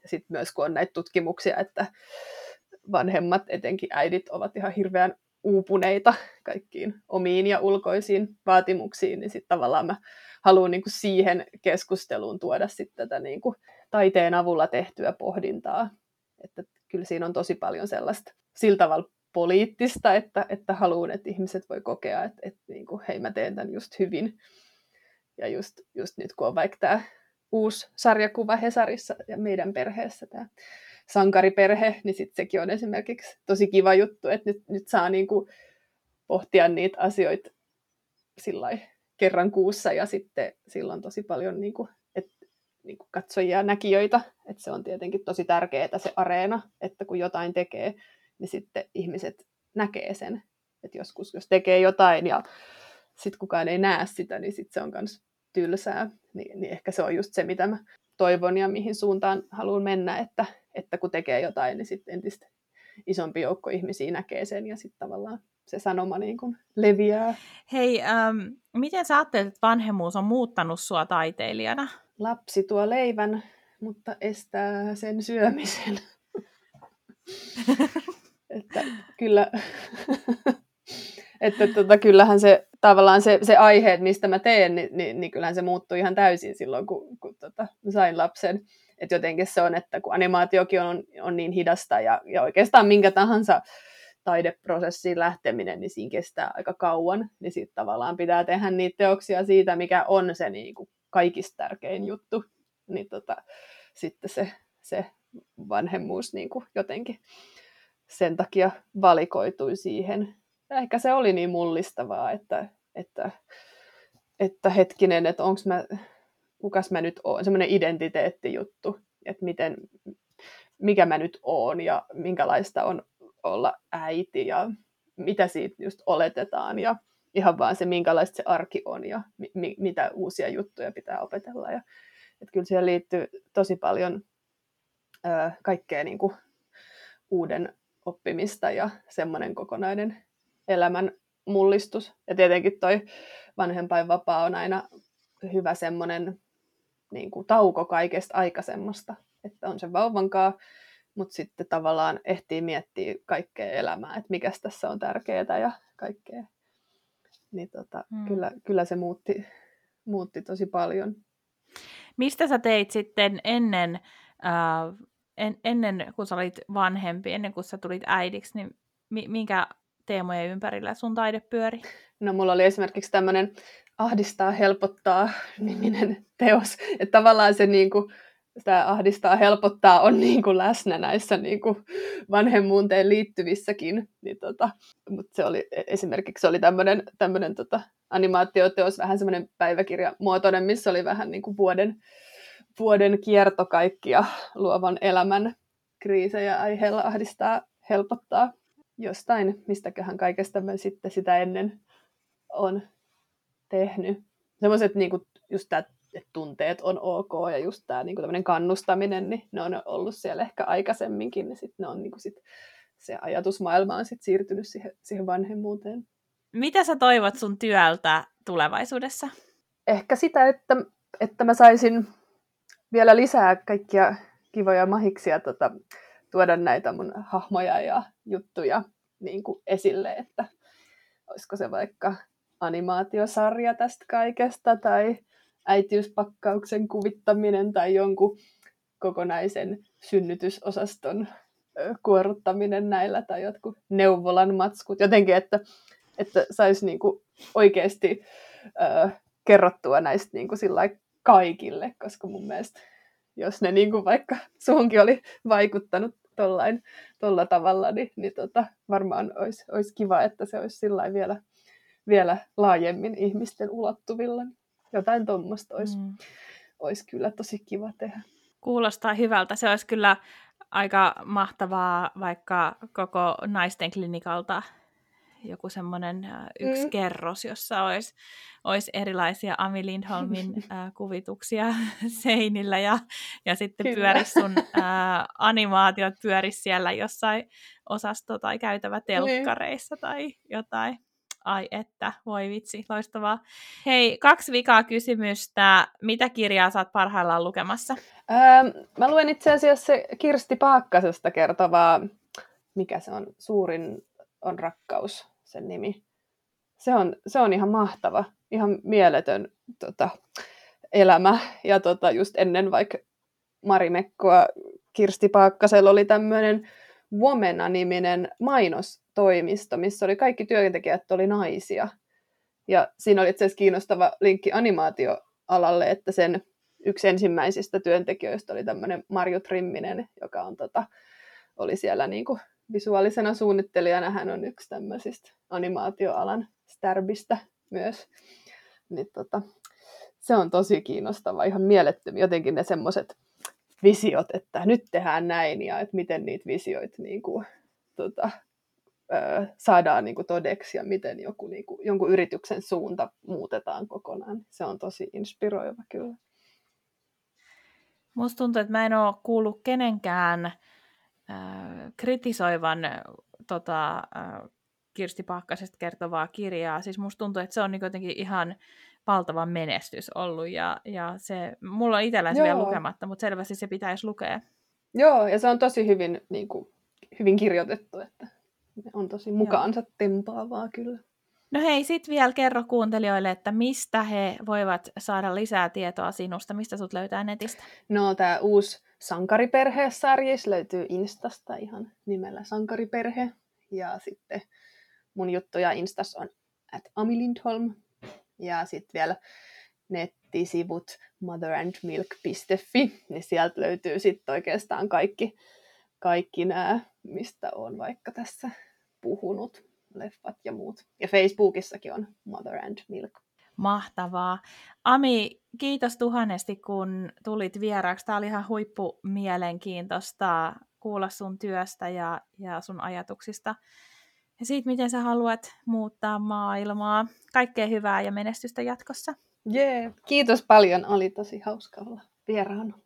Ja sitten myös kun on näitä tutkimuksia, että vanhemmat, etenkin äidit, ovat ihan hirveän uupuneita kaikkiin omiin ja ulkoisiin vaatimuksiin, niin sitten tavallaan mä haluan niin kuin siihen keskusteluun tuoda sitten tätä niin kuin taiteen avulla tehtyä pohdintaa. Että kyllä siinä on tosi paljon sellaista sillä tavalla poliittista, että haluan, että ihmiset voi kokea, että niin kuin, hei, mä teen tämän just hyvin. Ja just nyt, kun on vaikka tämä uusi sarjakuva Hesarissa ja meidän perheessä, tämä sankariperhe, niin sitten sekin on esimerkiksi tosi kiva juttu, että nyt saa niinku pohtia niitä asioita sillai kerran kuussa, ja sitten silloin tosi paljon niinku katsojia ja näkijöitä, että se on tietenkin tosi tärkeää se areena, että kun jotain tekee, niin sitten ihmiset näkee sen, että joskus jos tekee jotain ja sitten kukaan ei näe sitä, niin sitten se on myös tylsää, niin ehkä se on just se, mitä mä toivon ja mihin suuntaan haluan mennä, että kun tekee jotain, niin sitten entistä isompi joukko ihmisiä näkee sen ja sitten tavallaan se sanoma niin kuin leviää. Hei, miten sä ajattelet, että vanhemmuus on muuttanut sua taiteilijana? Lapsi tuo leivän, mutta estää sen syömisen. Että kyllä, kyllähän se tavallaan se aihe, mistä mä teen, niin kyllähän se muuttui ihan täysin silloin, kun sain lapsen. Että jotenkin se on, että kun animaatiokin on niin hidasta ja oikeastaan minkä tahansa taideprosessiin lähteminen, niin siinä kestää aika kauan. Niin sitten tavallaan pitää tehdä niitä teoksia siitä, mikä on se niin kuin kaikista tärkein juttu. Niin sitten se vanhemmuus niin kuin jotenkin sen takia valikoitui siihen. Ja ehkä se oli niin mullistavaa, että hetkinen, että kukas mä nyt oon, semmoinen identiteettijuttu, että mikä mä nyt oon ja minkälaista on olla äiti ja mitä siitä just oletetaan ja ihan vaan se, minkälaista se arki on ja mitä uusia juttuja pitää opetella. Ja, että kyllä siihen liittyy tosi paljon kaikkea niin kuin uuden oppimista ja semmoinen kokonainen elämän mullistus. Ja tietenkin toi vanhempainvapaa on aina hyvä semmoinen niin kuin tauko kaikesta aikaisemmasta, että on sen vauvankaa, mutta sitten tavallaan ehtii miettiä kaikkea elämää, että mikäs tässä on tärkeää ja kaikkea. Niin kyllä se muutti tosi paljon. Mistä sä teit sitten ennen kuin sä olit vanhempi, ennen kuin sä tulit äidiksi, niin minkä teemojen ympärillä sun taide pyöri? No mulla oli esimerkiksi tämmöinen Ahdistaa helpottaa -niminen teos, että tavallaan se niinku, sitä ahdistaa helpottaa on niinku läsnä näissä niinku vanhemmuuteen liittyvissäkin, niin mutta se oli esimerkiksi tämmöinen animaatioteos, vähän semmoinen päiväkirjamuotoinen, missä oli vähän niinku vuoden kierto kaikkia luovan elämän kriisejä aiheella ahdistaa helpottaa. Jostain, mistäköhän kaikesta mä sitten sitä ennen on tehnyt. Semmoiset niinku just tää, että tunteet on ok ja just tää niinku tämmöinen kannustaminen, niin ne on ollut siellä ehkä aikaisemminkin, niin sitten ne on niinku se ajatusmaailma on sit siirtynyt siihen vanhemmuuteen. Mitä sä toivot sun työltä tulevaisuudessa? Ehkä sitä, että mä saisin vielä lisää kaikkia kivoja mahiksia tuoda näitä mun hahmoja ja juttuja niin kuin esille, että olisiko se vaikka animaatiosarja tästä kaikesta tai äitiyspakkauksen kuvittaminen tai jonkun kokonaisen synnytysosaston kuorruttaminen näillä tai jotkut neuvolan matskut. Jotenkin, että saisi niinku oikeasti kerrottua näistä niinku kaikille, koska mun mielestä jos ne niinku vaikka suhunkin oli vaikuttanut tolla tavalla, niin varmaan olisi kiva, että se olisi sillain vielä laajemmin ihmisten ulottuvilla. Jotain tuommoista olisi kyllä tosi kiva tehdä. Kuulostaa hyvältä. Se olisi kyllä aika mahtavaa vaikka koko naisten klinikalta joku semmoinen yksi kerros, jossa olisi erilaisia Ami Lindholmin kuvituksia seinillä ja sitten pyörisi sun animaatiot pyörisi siellä jossain osasto- tai käytävätelkkareissa tai jotain. Ai että, voi vitsi, loistavaa. Hei, 2 vikaa kysymystä. Mitä kirjaa sä oot parhaillaan lukemassa? Mä luen itse asiassa se Kirsti Paakkasesta kertovaa, mikä se on, Suurin on rakkaus, sen nimi. Se on ihan mahtava, ihan mieletön elämä. Ja just ennen vaikka Marimekkoa Kirsti Paakkasella oli tämmöinen Womena-niminen mainostoimisto, missä oli kaikki työntekijät oli naisia. Ja siinä oli itse asiassa kiinnostava linkki animaatioalalle, että sen yksi ensimmäisistä työntekijöistä oli tämmöinen Marju Trimminen, joka on, oli siellä niinku visuaalisena suunnittelijana. Hän on yksi tämmöisistä animaatioalan stärbistä myös. Niin se on tosi kiinnostava, ihan mielettömiä jotenkin ne semmoiset visiot, että nyt tehdään näin ja että miten niitä visioita niinku, saadaan niinku todeksi ja miten jonkun yrityksen suunta muutetaan kokonaan. Se on tosi inspiroiva kyllä. Musta tuntuu, että mä en ole kuullut kenenkään kritisoivan Kirsti Paakkasesta kertovaa kirjaa. Siis musta tuntuu, että se on niin jotenkin ihan valtava menestys ollut. Ja se, mulla on itsellä se vielä lukematta, mutta selvästi se pitäisi lukea. Joo, ja se on tosi hyvin, hyvin kirjoitettu, että on tosi mukaansa tempaavaa kyllä. No hei, sit vielä kerro kuuntelijoille, että mistä he voivat saada lisää tietoa sinusta, mistä sut löytää netistä? No tää uusi Sankariperhe-sarjis löytyy Instasta ihan nimellä Sankariperhe. Ja sitten mun juttuja Instas on @amilindholm. Ja sitten vielä nettisivut motherandmilk.fi, niin sieltä löytyy sitten oikeastaan kaikki nämä, mistä olen vaikka tässä puhunut, leffat ja muut. Ja Facebookissakin on Mother and Milk. Mahtavaa. Ami, kiitos tuhannesti, kun tulit vieraaksi. Tämä oli ihan huippumielenkiintoista kuulla sun työstä ja sun ajatuksista. Ja siitä, miten sä haluat muuttaa maailmaa. Kaikkea hyvää ja menestystä jatkossa. Jee, kiitos paljon. Oli tosi hauska olla vieraana.